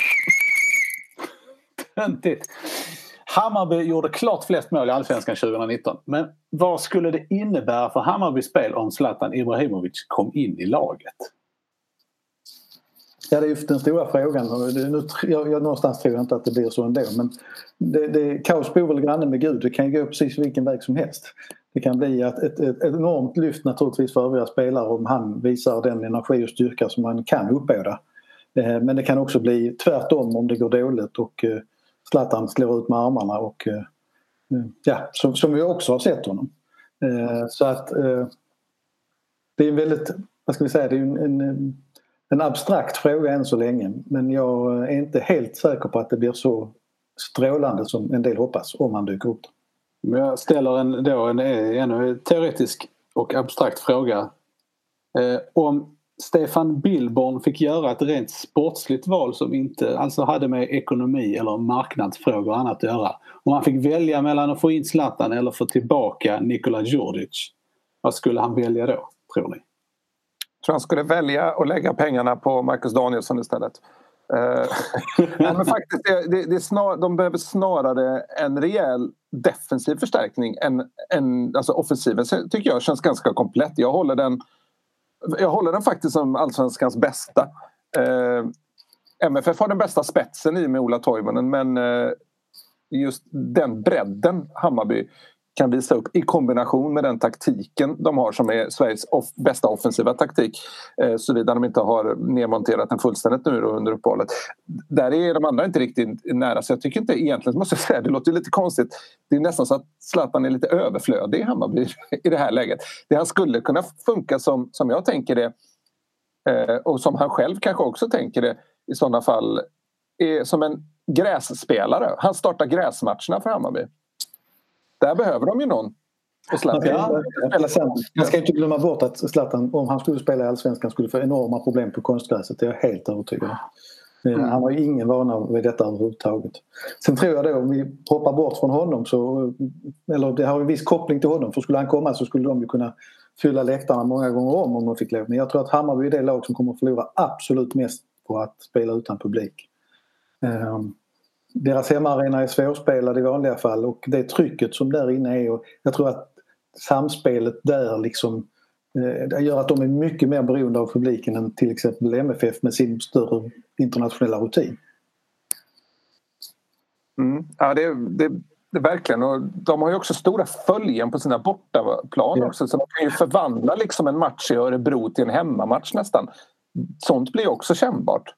Töntigt. Hammarby gjorde klart flest mål i Allsvenskan tjugonitton. Men vad skulle det innebära för Hammarbys spel om Zlatan Ibrahimovic kom in i laget? Ja, det är ju den stora frågan. Nu, jag, jag, någonstans tror jag inte att det blir så ändå. Men det, det, kaos bor väl granne med Gud. Det kan ju gå precis vilken väg som helst. Det kan bli ett, ett, ett enormt lyft naturligtvis för övriga spelare om han visar den energi och styrka som man kan uppbåda. Men det kan också bli tvärtom om det går dåligt och Zlatan slår ut med armarna och ja, som, som vi också har sett honom. Så att det är en väldigt, vad ska vi säga, det är en, en, en abstrakt fråga än så länge, men jag är inte helt säker på att det blir så strålande som en del hoppas om han dyker upp. Men jag ställer en, då en, en teoretisk och abstrakt fråga. Eh, om Stefan Billborn fick göra ett rent sportsligt val som inte alltså hade med ekonomi eller marknadsfrågor och annat att göra. Om han fick välja mellan att få in Zlatan eller få tillbaka Nikola Djurdjic, vad skulle han välja då, tror ni? Jag tror han skulle välja att lägga pengarna på Marcus Danielsson istället. Uh, ja, men faktiskt, det, det är snar, de behöver snarare en rejäl defensiv förstärkning än, än alltså offensiven tycker jag känns ganska komplett. Jag håller den Jag håller den faktiskt som Allsvenskans bästa. Eh, M F F har den bästa spetsen i med Ola Toivonen, men eh, just den bredden Hammarby kan visa upp i kombination med den taktiken de har som är Sveriges off- bästa offensiva taktik, eh, såvida de inte har nedmonterat den fullständigt nu under uppehållet. Där är de andra inte riktigt nära, så jag tycker inte egentligen, måste jag säga, det låter lite konstigt. Det är nästan så att Zlatan är lite överflödig i Hammarby i det här läget. Det han skulle kunna funka som, som jag tänker det, eh, och som han själv kanske också tänker det i sådana fall, är som en grässpelare. Han startar gräsmatcherna för Hammarby. Där behöver de ju någon. Och Zlatan. Ja, man ska inte glömma bort att Zlatan, om han skulle spela i Allsvenskan, skulle få enorma problem på konstgräset. Det är jag helt övertygad om. Mm. Han har ju ingen vana vid detta överhuvudtaget. Sen tror jag då, om vi hoppar bort från honom så, eller det har en viss koppling till honom, för skulle han komma så skulle de ju kunna fylla läktarna många gånger om om de fick lov. Men jag tror att Hammarby är det lag som kommer att förlora absolut mest på att spela utan publik. Um, Deras hemmaarena är svårspelad i vanliga fall och det trycket som där inne är, och jag tror att samspelet där liksom eh, gör att de är mycket mer beroende av publiken än till exempel M F F med sin större internationella rutin. Mm. Ja, det, det, det är verkligen, och de har ju också stora följen på sina bortaplan ja. också, så de kan ju förvandla liksom en match i Örebro till en hemmamatch nästan. Sånt blir också kännbart.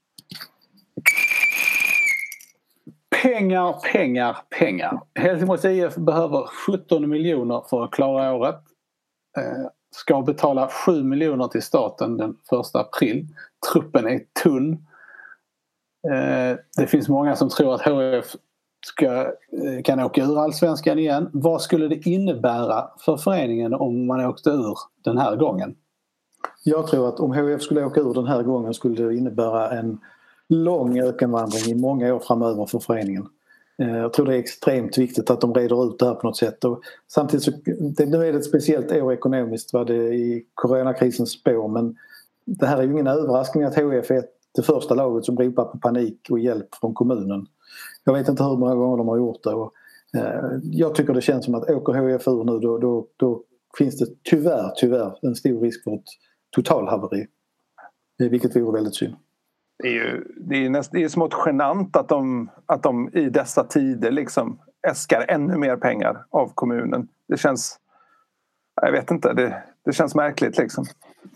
Pengar, pengar, pengar. Helsingborgs I F behöver sjutton miljoner för att klara året. Eh, ska betala sju miljoner till staten den första april. Truppen är tunn. Eh, det finns många som tror att H F ska, eh, kan åka ur Allsvenskan igen. Vad skulle det innebära för föreningen om man åkte ur den här gången? Jag tror att om H F skulle åka ur den här gången skulle det innebära en lång ökenvandring i många år framöver för föreningen. Jag tror det är extremt viktigt att de reder ut det här på något sätt. Och samtidigt så, det, nu är det ett speciellt år ekonomiskt vad det är i coronakrisens spår, men det här är ju ingen överraskning att H I F är det första laget som ropar på panik och hjälp från kommunen. Jag vet inte hur många gånger de har gjort det. Och, eh, jag tycker det känns som att åker H I F ur nu då, då, då finns det tyvärr, tyvärr en stor risk för ett totalhaveri. Vilket vore väldigt synd. Det är ju det är näst, det är smått genant att de, att de i dessa tider liksom äskar ännu mer pengar av kommunen. Det känns, jag vet inte, det, det känns märkligt liksom.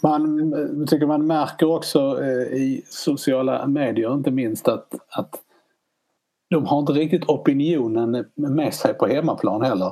Man tycker man märker också eh, i sociala medier inte minst att, att de har inte riktigt opinionen med sig på hemmaplan heller.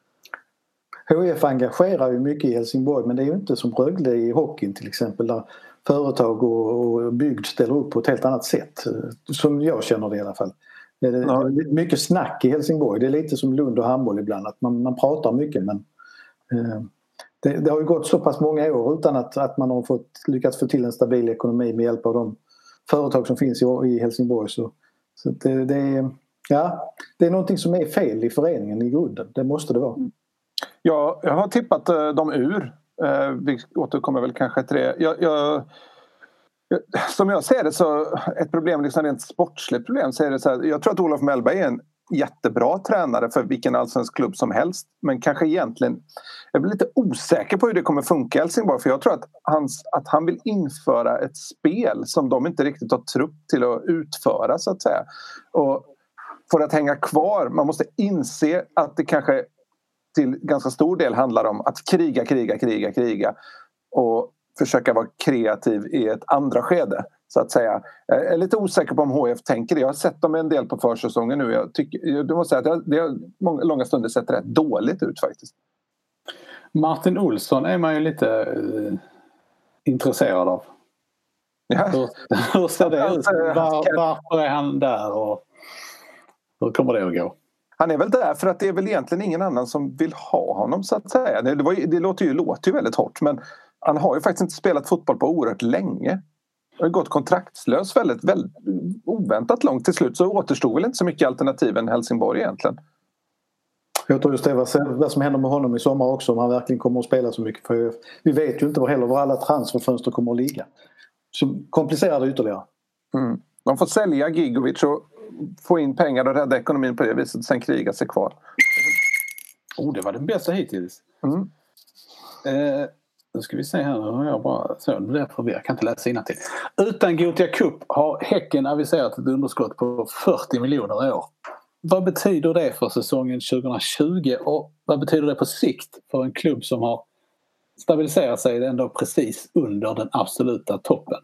H I F engagerar ju mycket i Helsingborg, men det är ju inte som Rögle i hockeyn till exempel, där företag och, och bygd ställer upp på ett helt annat sätt, som jag känner det i alla fall. Det är, ja. det är mycket snack i Helsingborg, det är lite som Lund och handboll ibland, att man, man pratar mycket, men eh, det, det har ju gått så pass många år utan att, att man har fått, lyckats få till en stabil ekonomi med hjälp av de företag som finns i, i Helsingborg. Så, så det, det, är, ja, det är någonting som är fel i föreningen i grunden, det måste det vara. Ja, jag har tippat uh, dem ur. Uh, vi återkommer väl kanske till det. Jag, jag, jag, som jag ser det så ett problem, liksom rent sportsligt problem, så är det så här, jag tror att Olof Mellberg är en jättebra tränare för vilken allsvensk klubb som helst, men kanske egentligen jag blir lite osäker på hur det kommer funka i Helsingborg, för jag tror att, hans, att han vill införa ett spel som de inte riktigt har trupp till att utföra så att säga, och för att hänga kvar, man måste inse att det kanske till ganska stor del handlar om att kriga, kriga, kriga, kriga och försöka vara kreativ i ett andra skede, så att säga. Jag är lite osäker på om H F tänker det. Jag har sett dem en del på försäsongen nu. Jag tycker, du måste säga att det har många, långa stunder sett rätt dåligt ut faktiskt. Martin Olsson är man ju lite uh, intresserad av. Ja. Hur, hur ser det ut? Var, varför är han där och hur kommer det att gå? Han är väl där för att det är väl egentligen ingen annan som vill ha honom, så att säga. Det, var, det låter ju, låter ju väldigt hårt, men han har ju faktiskt inte spelat fotboll på oerhört länge. Han har gått kontraktslös väldigt, väldigt oväntat långt. Till slut så återstod väl inte så mycket alternativ än Helsingborg egentligen. Jag tror just det var vad som händer med honom i sommar också, om han verkligen kommer att spela så mycket. För vi vet ju inte var heller var alla transferfönster kommer att ligga. Så komplicerar det ytterligare. Mm. De får sälja Gigovic och få in pengar och rädda ekonomin på det viset och sen kriga sig kvar. Oh, det var det bästa hittills. Mm. Eh, nu ska vi se här. Nu har jag bara så, det är för jag kan inte läsa innantill. Utan Gothia Cup har Häcken aviserat ett underskott på fyrtio miljoner i år. Vad betyder det för säsongen tjugohundratjugo och vad betyder det på sikt för en klubb som har stabiliserat sig ändå precis under den absoluta toppen?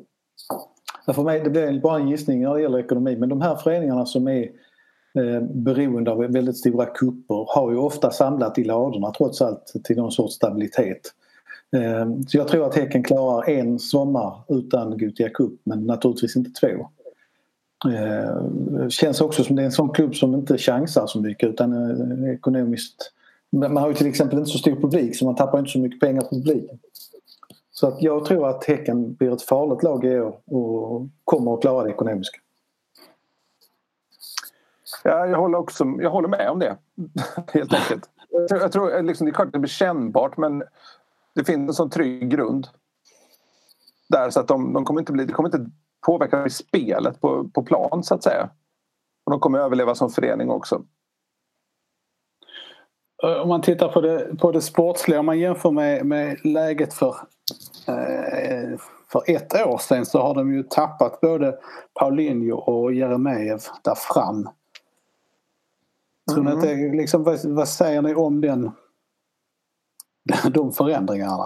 För mig, det blir bara en gissning när det gäller ekonomi, men de här föreningarna som är eh, beroende av väldigt stora kupper har ju ofta samlat i ladorna trots allt till någon sorts stabilitet. Eh, så jag tror att Häcken klarar en sommar utan Gothia Cup, men naturligtvis inte två. Eh, känns också som det är en sån klubb som inte chansar så mycket utan eh, ekonomiskt. Man har ju till exempel inte så stor publik så man tappar inte så mycket pengar på publiken. Så att jag tror att Häcken blir ett farligt lag i år och kommer att klara det ekonomiskt. Ja, jag håller också jag håller med om det. Helt enkelt. Jag tror, jag tror liksom, det är klart att det blir kännbart, men det finns en sån trygg grund där så att de, de kommer inte bli, det kommer inte påverka spelet på, på plan så att säga. Och de kommer överleva som förening också. Om man tittar på det, på det sportsliga, om man jämför med, med läget för, eh, för ett år sedan, så har de ju tappat både Paulinho och Jeremejeff där fram. Tror ni att det, liksom, vad, vad säger ni om den, de förändringarna?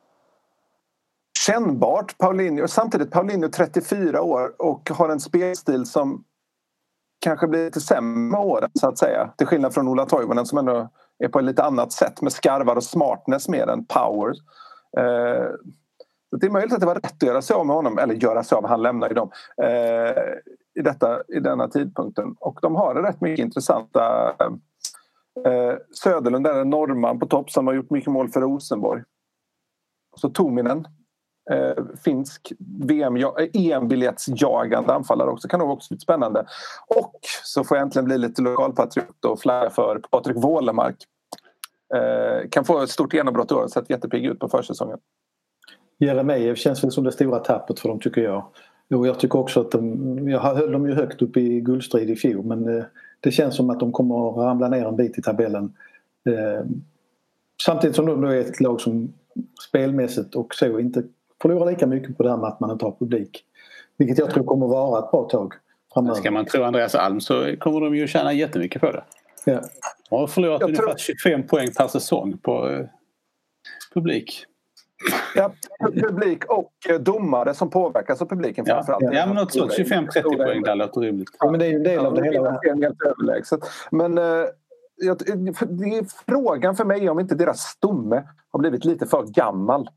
Kännbart Paulinho, samtidigt Paulinho trettiofyra år och har en spelstil som kanske blir lite sämre åren så att säga, till skillnad från Ola Toivonen som ändå är på ett lite annat sätt med skarvar och smartness mer än power. Eh, det är möjligt att det var rätt att göra sig av med honom, eller göra sig av, han lämnar ju dem eh, i, detta, i denna tidpunkten. Och de har rätt mycket intressanta eh, Söderlund, där är norrman på topp som har gjort mycket mål för Rosenborg. Så Tominen eh, finsk V M, E M-biljettsjagande anfallare också. Kan nog också bli spännande. Och så får jag äntligen bli lite lokalpatriot och flagga för Patrik Wålemark. Eh, kan få ett stort genombrott i år, sett jättepigg ut på försäsongen. Jeremejeff känns väl som det stora tappet för dem, tycker jag. Och jag tycker också att de, jag höll dem ju högt upp i guldstrid i fjol, men det, det känns som att de kommer att ramla ner en bit i tabellen. Eh, samtidigt som de då är ett lag som spelmässigt och så inte förlorar lika mycket på det här med att man inte har publik. Vilket jag tror kommer att vara ett bra tag framöver. Ska man tro Andreas Alm så kommer de ju tjäna jättemycket på det. Ja. De har förlorat jag ungefär tror... tjugofem poäng per säsong på eh, publik. Ja, publik och domare som påverkas av publiken ja, framförallt. Ja, men något sånt. tjugofem trettio poäng, där låter rimligt. Ja, men det är ju en del av det hela. Men eh, det är frågan för mig om inte deras stomme har blivit lite för gammal.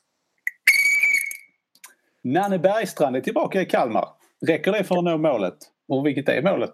Nanne Bergstrand är tillbaka i Kalmar. Räcker det för att nå målet? Och vilket är målet?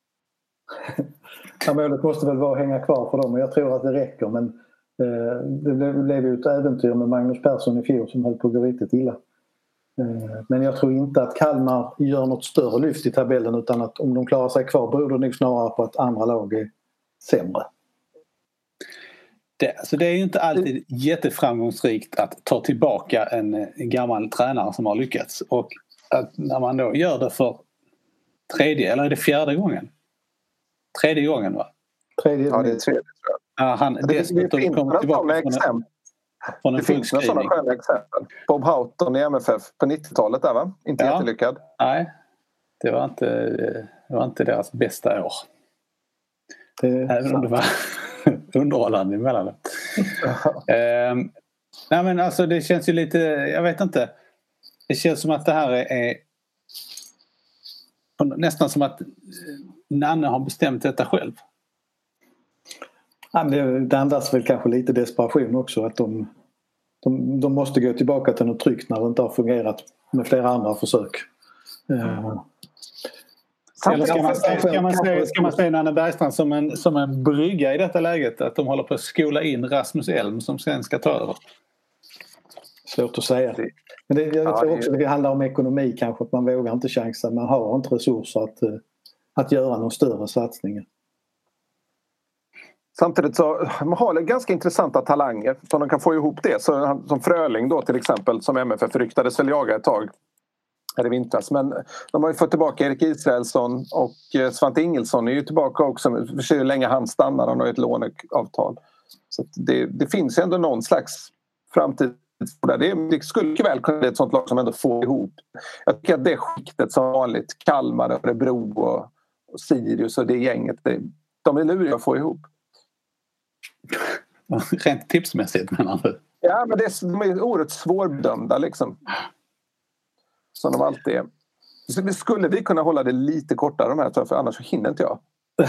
Ja, målet måste väl vara att hänga kvar för dem, och jag tror att det räcker, men det blev ju ett äventyr med Magnus Persson i fjol som höll på att gå riktigt illa. Men jag tror inte att Kalmar gör något större lyft i tabellen, utan att om de klarar sig kvar beror det nog snarare på att andra lag är sämre. Det, alltså det är ju inte alltid jätteframgångsrikt att ta tillbaka en, en gammal tränare som har lyckats, och att när man då gör det för tredje, eller är det fjärde gången? Tredje gången, va? Tredje, ja, det är tredje, tror jag. Ja, han, det, det, det finns några sådana exempel. Från en det finns några sådana sköna exempel. Bob Houghton i M F F på nittiotalet där, va? Inte ja. Jättelyckad. Nej, det var inte, det var inte deras bästa år. Det Även om det var underhållande emellanåt. ehm, nej men alltså det känns ju lite, jag vet inte. Det känns som att det här är, är nästan som att Nanne har bestämt detta själv. Ja, men det, det andas väl kanske lite desperation också, att de, de, de måste gå tillbaka till något tryggt när det inte har fungerat med flera andra försök. Mm. Eller ska man, ska man se, ska man se Nanne Bergstrand som en, som en brygga i detta läget, att de håller på att skola in Rasmus Elm som sen ska ta över? Svårt att säga. Men det, jag tror också att det handlar om ekonomi kanske, att man vågar inte chansa, man har inte resurser att, att göra någon större satsningar. Samtidigt så man har ganska intressanta talanger som de kan få ihop det. Så, som Fröling då till exempel, som M F F ryktades väl jaga ett tag här i vintras. Men de har ju fått tillbaka Erik Israelsson, och Svante Ingelsson är ju tillbaka också. För sig hur länge han stannar, han har ett låneavtal. Så det, det finns ju ändå någon slags framtid där. Det, det skulle väl kunna bli ett sånt lag som ändå får ihop. Jag tycker att det skiktet som vanligt, Kalmar, Örebro och, och Sirius och det gänget, det, de är luriga att få ihop. Rent tipsmässigt menar du? Ja, men det är, de är oerhört svårbedömda liksom. Som de alltid är. Så skulle vi kunna hålla det lite kortare de här, för annars hinner inte jag.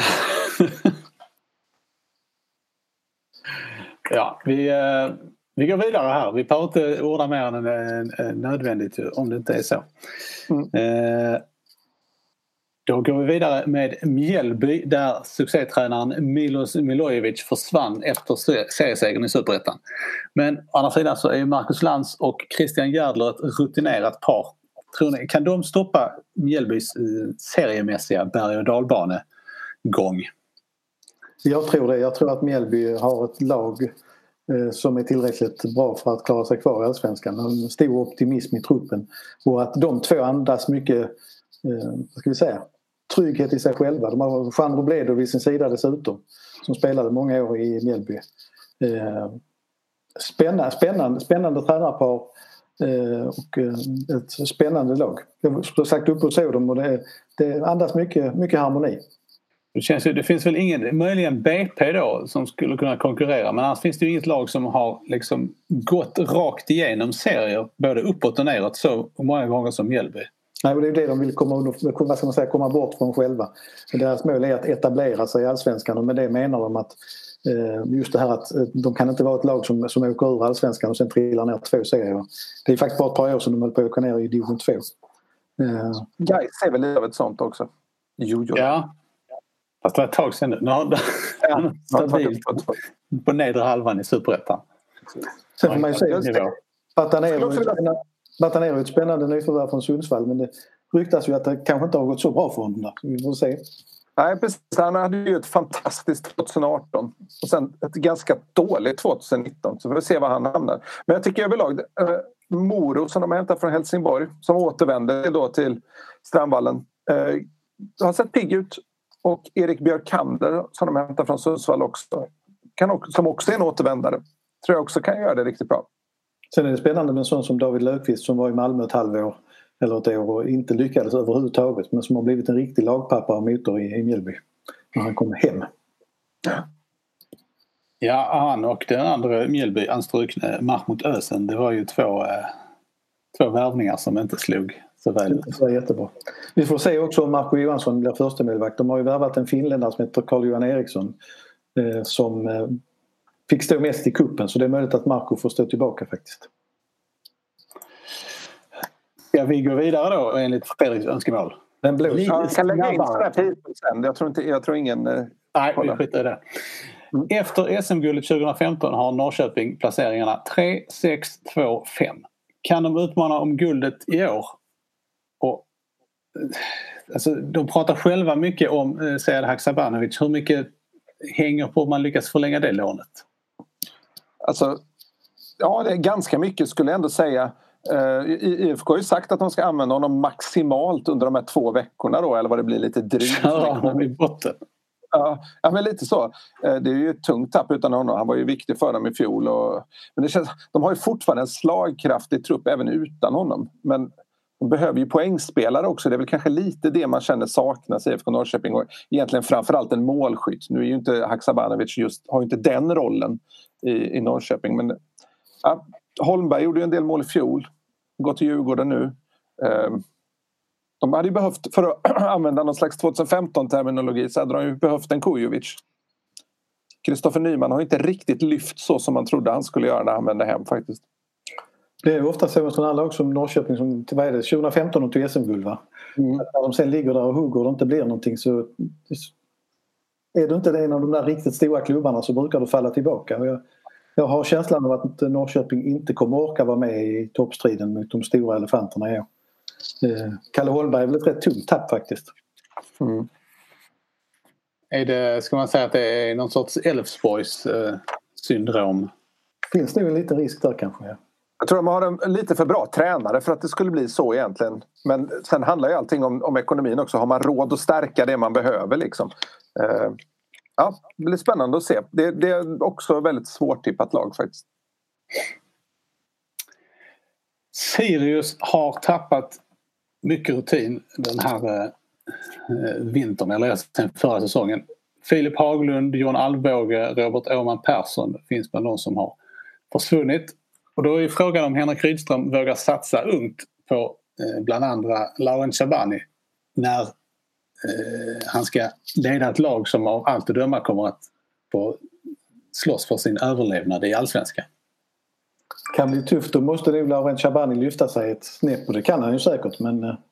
Ja, vi, vi går vidare här. Vi behöver inte orda mer än nödvändigt om det inte är så. Mm. Eh, Då går vi vidare med Mjällby, där succétränaren Milos Milojevic försvann efter seriesegern i Superettan. Men å andra sidan så är Marcus Lantz och Christian Järdler ett rutinerat par. Tror ni, kan de stoppa Mjällbys seriemässiga berg- och dalbanegång? Jag tror det. Jag tror att Mjällby har ett lag eh, som är tillräckligt bra för att klara sig kvar i Allsvenskan. En stor optimism i truppen. Och att de två andas mycket, eh, vad ska vi säga, trygghet i sig själva. De har Jean Robledo vid sin sida dessutom, som spelade många år i Mjällby. Eh, spännande, spännande, spännande tränarpar eh, och ett spännande lag. Jag har sagt upp och så dem, och det, det andas mycket, mycket harmoni. Det, känns ju, det finns väl ingen, möjligen B P då, som skulle kunna konkurrera, men annars finns det ju inget lag som har liksom gått rakt igenom serier både uppåt och neråt så många gånger som Mjällby. Nej, och det är det de vill komma, vad ska man säga, komma bort från själva. Deras mål är att etablera sig i Allsvenskan, och med det menar de att just det här att de kan inte vara ett lag som, som åker ur Allsvenskan och sen trillar ner två serier. Det är faktiskt bara ett par år som de höll på att åka ner i division två. Jag ser väl lite av ett sånt också. Jo, jo. Ja. Fast det var ett tag sedan nu. Nu har han stabilt på nedre halvan i Superettan. Sen får man ju säga att han är Batanero är ett spännande nyförvärv från Sundsvall, men det ryktas ju att det kanske inte har gått så bra för honom där. Vi får se. Nej, precis. Han hade ju ett fantastiskt tjugoarton och sen ett ganska dåligt tjugonitton. Så vi får se var han hamnar. Men jag tycker överlag, eh, Moro som de har hämtat från Helsingborg, som återvänder då till Strandvallen, eh, har sett pigg ut. Och Erik Björkander som de hämtar från Sundsvall också, kan också, som också är en återvändare, tror jag också kan göra det riktigt bra. Sen är det spännande med en sån som David Löfqvist som var i Malmö ett halvår eller ett år och inte lyckades överhuvudtaget, men som har blivit en riktig lagpappa och motor i, i Mjällby när han kommer hem. Ja, han och den andra Mjällby anstrukne Mahmoud Özen, det var ju två, eh, två värvningar som inte slog så väl. Det var jättebra. Vi får se också om Marco Johansson blir första målvakt. De har ju värvat en finländare som heter Carl-Johan Eriksson eh, som eh, fick stå mest i kuppen, så det är möjligt att Marco får stå tillbaka faktiskt. Ja, vi går vidare då enligt Fredriks önskemål. Den blå. Jag kan lägga in sådär pipor sen. Jag tror, inte, jag tror ingen... Eh, Nej, vi skiter i det. Mm. Efter S M-guldet tjugo femton har Norrköping placeringarna tre, sex, två, fem. Kan de utmana om guldet i år? Och, alltså, de pratar själva mycket om eh, Sead Haksabanovic. Hur mycket hänger på om man lyckas förlänga det lånet? Alltså, ja, det är ganska mycket skulle jag ändå säga. Uh, I F K har ju sagt att de ska använda honom maximalt under de här två veckorna då, eller vad det blir, lite drygt. Ja, han är i botten. Uh, ja, men lite så. Uh, det är ju ett tungt tapp utan honom. Han var ju viktig för dem i fjol. Och, men det känns, de har ju fortfarande en slagkraftig trupp även utan honom. Men de behöver ju poängspelare också. Det är väl kanske lite det man känner saknas i F K Norrköping. Och egentligen framförallt en målskytt. Nu är ju inte Haksabanovic just, har ju inte den rollen i, i Norrköping. Men ja, Holmberg gjorde ju en del mål i fjol. Gått till Djurgården nu. De hade ju behövt, för att använda någon slags tjugohundrafemton-terminologi, så hade de ju behövt en Kujovic. Kristoffer Nyman har inte riktigt lyft så som man trodde han skulle göra när han vände hem faktiskt. Det är ju ofta så med alla också som Norrköping som vad är det, tjugo femton och tog S M-guld va? Mm. Att när de sen ligger där och hugger och det inte blir någonting, så är du inte en av de där riktigt stora klubbarna så brukar du falla tillbaka. Och jag, jag har känslan av att Norrköping inte kommer orka vara med i toppstriden mot de stora elefanterna i år. Eh, Kalle Holmberg är väl ett rätt tungt tapp faktiskt. Mm. Är det, ska man säga att det är någon sorts Elfsborgs eh, syndrom? Finns det ju en liten risk där kanske, ja. Jag tror de har en lite för bra tränare för att det skulle bli så egentligen. Men sen handlar ju allting om, om ekonomin också. Har man råd att stärka det man behöver liksom? Eh, ja, det blir spännande att se. Det, det är också väldigt svårt tippat lag faktiskt. Sirius har tappat mycket rutin den här eh, vintern, eller sen förra säsongen. Filip Haglund, John Alvbåge, Robert Åman Persson finns bland de som har försvunnit. Och då är frågan om Henrik Rydström vågar satsa ungt på eh, bland andra Laurent Shabani när eh, han ska leda ett lag som av allt att döma kommer att få slåss för sin överlevnad i allsvenskan. Kan bli tufft, då måste nu Laurent Shabani lyfta sig ett snäpp, och det kan han ju säkert, men eh,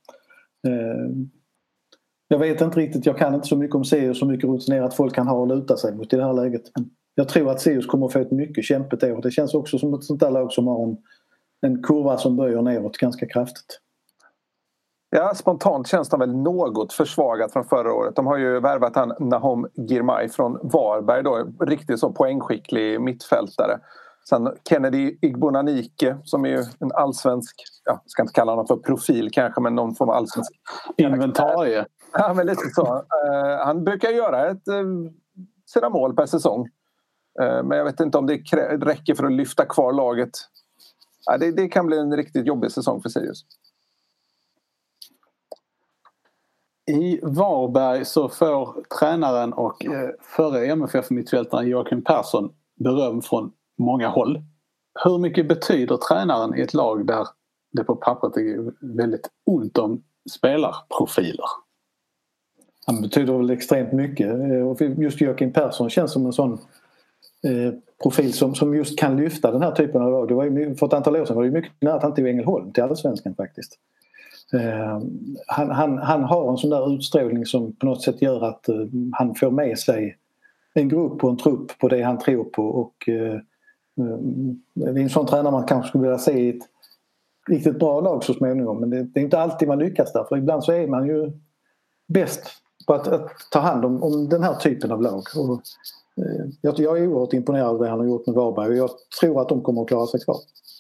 jag vet inte riktigt, jag kan inte så mycket om Sirius, så mycket rutinerat folk kan ha att luta sig mot i det här läget. Jag tror att Sirius kommer att få ett mycket kämpigt år. Det känns också som ett sånt där lag som har en, en kurva som böjer neråt ganska kraftigt. Ja, spontant känns de väl något försvagat från förra året. De har ju värvat han Nahom Girmay från Varberg då, riktigt så poängskicklig mittfältare. Sen Kennedy Igbonanike som är ju en allsvensk, ja, ska inte kalla honom för profil kanske, men någon form av allsvensk inventarie. Ja, men lite så. Uh, han brukar göra ett uh, sina mål per säsong. Uh, men jag vet inte om det krä- räcker för att lyfta kvar laget. Uh, det, det kan bli en riktigt jobbig säsong för Sirius. I Varberg så får tränaren och eh, förre M F F-mittfältaren Joakim Persson beröm från många håll. Hur mycket betyder tränaren i ett lag där det på pappret är väldigt ont om spelarprofiler? Han betyder väl extremt mycket. Och just Joakim Persson känns som en sån eh, profil som, som just kan lyfta den här typen av lag. Det var ju, för ett antal år sedan var det mycket nära att han tog Ängelholm till allsvenskan faktiskt. Eh, han, han, han har en sån där utstrålning som på något sätt gör att eh, han får med sig en grupp och en trupp på det han tror på, och eh, det är en sån tränare man kanske skulle vilja se i ett, riktigt bra lag så småningom. Men det, det är inte alltid man lyckas där. För ibland så är man ju bäst på att, att ta hand om, om den här typen av lag. Och, eh, jag, jag är oerhört imponerad av det han har gjort med Varberg. Och jag tror att de kommer att klara sig kvar.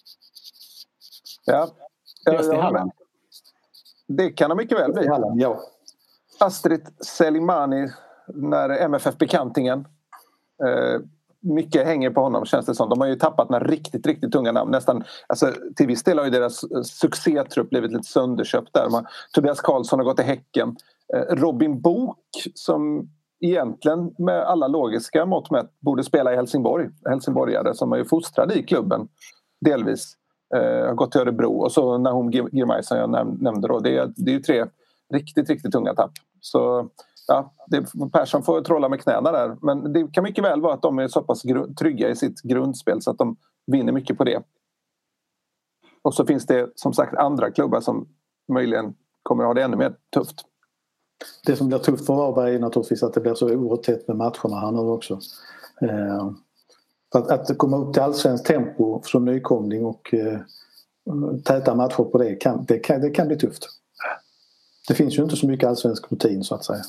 Ja, jag, Just i Halland. Det kan de mycket väl bli. Halland, ja. Astrid Selimani, när M F F-bekantingen. Eh, mycket hänger på honom, känns det som. De har ju tappat några riktigt, riktigt tunga namn. Nästan, alltså, till viss del har ju deras succétrupp blivit lite sönderköpt där. Man, Tobias Karlsson har gått till Häcken. Eh, Robin Book, som egentligen med alla logiska mått mätt borde spela i Helsingborg. Helsingborgare som är ju fostrade i klubben, delvis. Eh, har gått till Örebro. Och så Nahom Girmay som jag näm- nämnde då. Det är, det är ju tre riktigt, riktigt tunga tapp. Så ja, det, Persson får trolla med knäna där. Men det kan mycket väl vara att de är så pass gru- trygga i sitt grundspel så att de vinner mycket på det. Och så finns det som sagt andra klubbar som möjligen kommer att ha det ännu mer tufft. Det som blir tufft för Varberg är naturligtvis att det blir så oerhört tätt med matcherna här nu också. Eh, att, att komma upp till allsvensk tempo som nykomling och eh, täta matcher på det kan, det kan, det kan bli tufft. Det finns ju inte så mycket allsvensk rutin så att säga.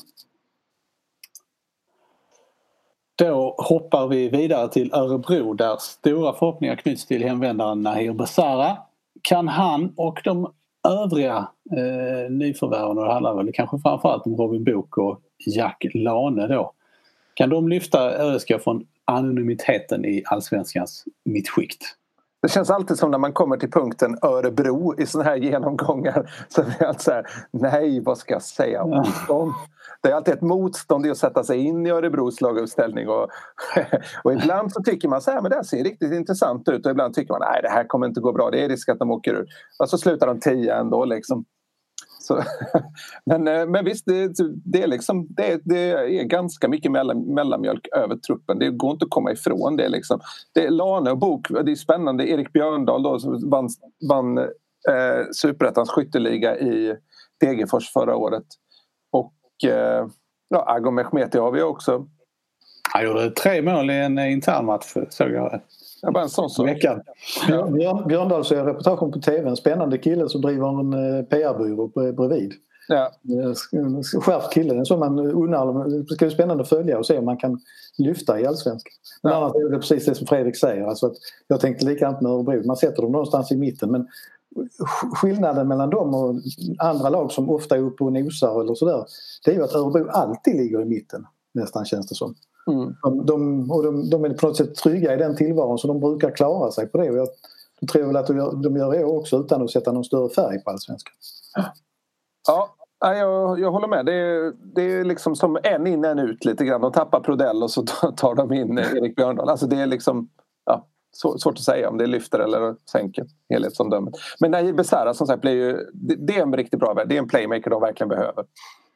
Då hoppar vi vidare till Örebro där stora förhoppningar knyts till hemvändaren Nahir Besara. Kan han och de övriga eh, nyförvärven, och det handlar väl kanske framförallt om Robin Book och Jack Lane då, kan de lyfta ÖSK från anonymiteten i allsvenskans mittskikt? Det känns alltid som när man kommer till punkten Örebro i såna här genomgångar så är det alltid så här, nej vad ska jag säga om dem? Det är alltid ett motstånd i att sätta sig in i Örebros laguppställning och, och ibland så tycker man så här, men det här ser riktigt intressant ut och ibland tycker man, nej det här kommer inte gå bra, det är risk att de åker ur. Och så slutar de tio ändå liksom. Så, men, men visst, det, det, är liksom, det, det är ganska mycket mellan, mellanmjölk över truppen. Det går inte att komma ifrån det. Liksom. Det är Lane och Bok, det är spännande. Erik Björndal då, som vann, vann eh, Superettans skytteliga i Degerfors förra året. Och eh, ja, Ago Mehmeti har vi också. Han gjorde tre mål i en internmatch, såg jag. Ja, bara en sån sak. Veckan. Björn, Björndal ser reportagen på tv. En spännande kille som driver en P R-byrå bredvid. Ja. Skärpt kille. En sån man undrar. Det ska bli spännande att följa och se om man kan lyfta i allsvenskan. Men ja. Annars är det precis det som Fredrik säger. Alltså att jag tänkte likadant med Örebro. Man sätter dem någonstans i mitten. Men skillnaden mellan dem och andra lag som ofta är uppe och nosar eller sådär, det är ju att Örebro alltid ligger i mitten. Nästan känns det som. Mm. De, de, och de, de är på något sätt trygga i den tillvaron så de brukar klara sig på det och jag, jag tror väl att de gör, de gör det också utan att sätta någon större färg på allsvenskan. Ja, jag, jag håller med. Det är, det är liksom som en in en ut lite grann. De tappar Prodell och så tar de in Erik Björndal. Alltså det är liksom ja, svårt att säga om det lyfter eller sänker helhetsomdömet. Men Nahir Besara som sagt blir ju, det, det är en riktigt bra värld. Det är en playmaker de verkligen behöver.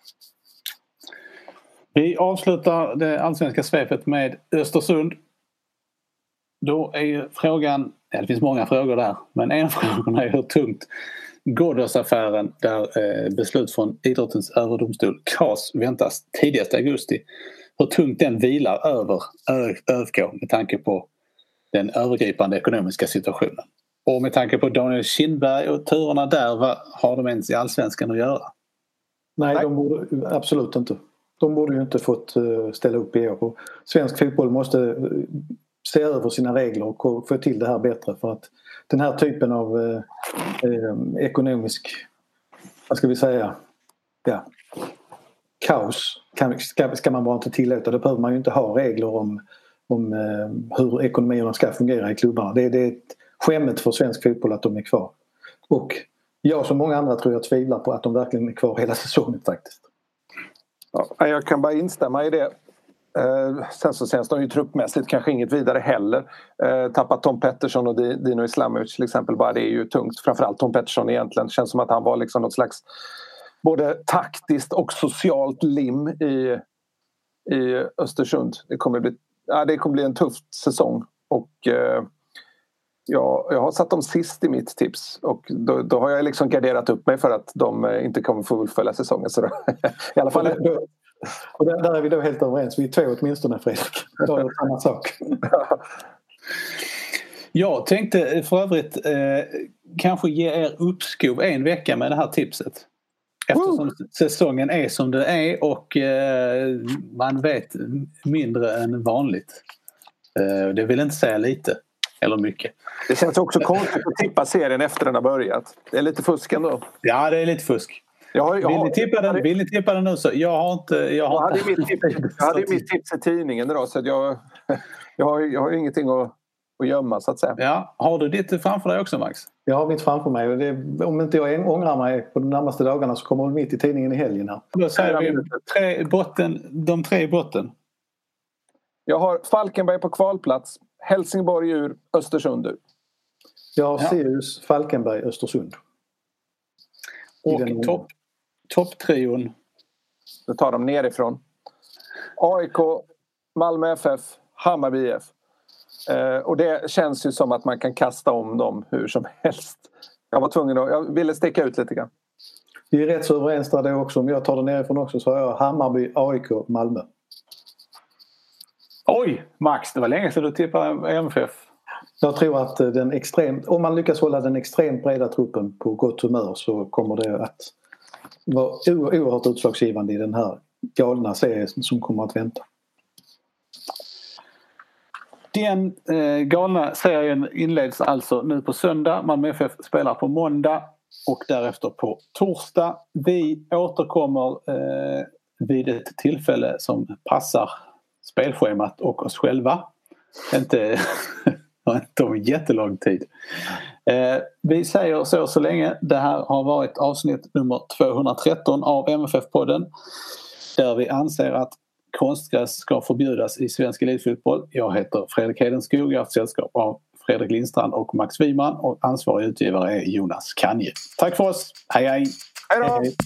Vi avslutar det allsvenska svepet med Östersund. Då är ju frågan, ja, det finns många frågor där, men en av frågorna är hur tungt Ghoddos-affären där eh, beslut från idrottens överdomstol C A S väntas tidigast i augusti. Hur tungt den vilar över ÖFK med tanke på den övergripande ekonomiska situationen. Och med tanke på Daniel Kindberg och turerna där, vad har de ens i allsvenskan att göra? Nej, Nej. de borde absolut inte. De borde ju inte fått ställa upp i år. Svensk fotboll måste se över sina regler och få till det här bättre för att den här typen av eh, eh, ekonomisk, vad ska vi säga, ja, kaos kan, ska, ska man bara inte tillåta. Det behöver man ju inte ha regler om, om eh, hur ekonomierna ska fungera i klubbarna. Det, det är ett skämmet för svensk fotboll att de är kvar. Och jag som många andra tror jag tvivlar på att de verkligen är kvar hela säsongen faktiskt. Ja, jag kan bara instämma i det. Eh, sen så känns de ju truppmässigt kanske inget vidare heller. Eh, tappat Tom Pettersson och Dino Islamovic till exempel, bara det är ju tungt. Framförallt Tom Pettersson egentligen. Det känns som att han var liksom något slags både taktiskt och socialt lim i, i Östersund. Det kommer bli, ja, det kommer bli en tuff säsong och eh, ja, jag har satt dem sist i mitt tips och då, då har jag liksom garderat upp mig för att de inte kommer få fullfölja säsongen. Så då, i alla fall... Och, då, och där, där är vi då helt överens. Vi är två åtminstone, Fredrik. Då är det samma sak. Jag tänkte för övrigt eh, kanske ge er uppskov en vecka med det här tipset. Eftersom Woo! säsongen är som det är och eh, man vet mindre än vanligt. Eh, det vill inte säga lite eller mycket. Det känns också konstigt att tippa serien efter den har börjat. Det är lite fusk ändå. Ja, det är lite fusk. Jag har, jag vill, har, ni tippa den, vill ni tippa den nu så? Jag har inte... Jag, har jag hade inte. Mitt tips, jag hade mitt tips i tidningen idag så att jag, jag, har, jag har ingenting att, att gömma så att säga. Ja, har du ditt framför dig också, Max? Jag har mitt framför mig. Och det, om inte jag ångrar mig på de närmaste dagarna så kommer det mitt i tidningen i helgen här. Då säger vi tre, botten, de tre i botten. Jag har Falkenberg på kvalplats, Helsingborg ur, Östersund ur. Jag har ja. Sirius, Falkenberg, Östersund. Och topp topptrion. Då tar de nerifrån. A I K, Malmö F F, Hammarby I F. Eh, och det känns ju som att man kan kasta om dem hur som helst. Jag var tvungen att, jag ville sticka ut lite grann. Vi är rätt så överens där det också. Om jag tar det nerifrån också så har jag Hammarby, A I K, Malmö. Oj, Max, det var länge sedan du tippade M F F. Jag tror att den extremt, om man lyckas hålla den extremt breda truppen på gott humör så kommer det att vara oerhört utslagsgivande i den här galna serien som kommer att vänta. Den eh, galna serien inleds alltså nu på söndag. Malmö F F spelar på måndag och därefter på torsdag. Vi återkommer eh, vid ett tillfälle som passar spelschemat och oss själva. Inte, inte om jättelång tid. Eh, vi säger så så länge. Det här har varit avsnitt nummer tvåhundratretton av M F F-podden. Där vi anser att konstgräs ska förbjudas i svensk elitfotboll. Jag heter Fredrik Hedenskog. Jag har haft sällskap av Fredrik Lindstrand och Max Wiman. Och ansvarig utgivare är Jonas Kanje. Tack för oss. Hej hej. Hej då. Hej.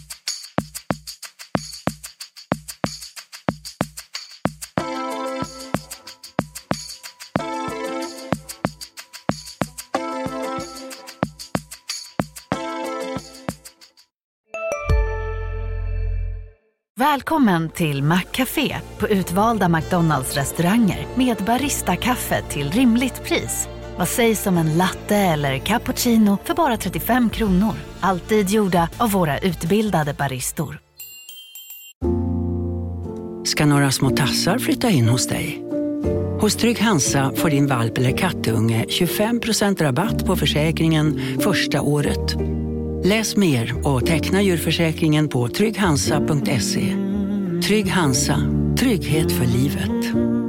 Välkommen till Maccafé på utvalda McDonalds-restauranger med Barista-kaffe till rimligt pris. Vad sägs om en latte eller cappuccino för bara trettiofem kronor? Alltid gjorda av våra utbildade baristor. Ska några små tassar flytta in hos dig? Hos Trygg Hansa får din valp eller kattunge tjugofem procent rabatt på försäkringen första året. Läs mer och teckna djurförsäkringen på trygg hansa punkt se. Trygg Hansa, trygghet för livet.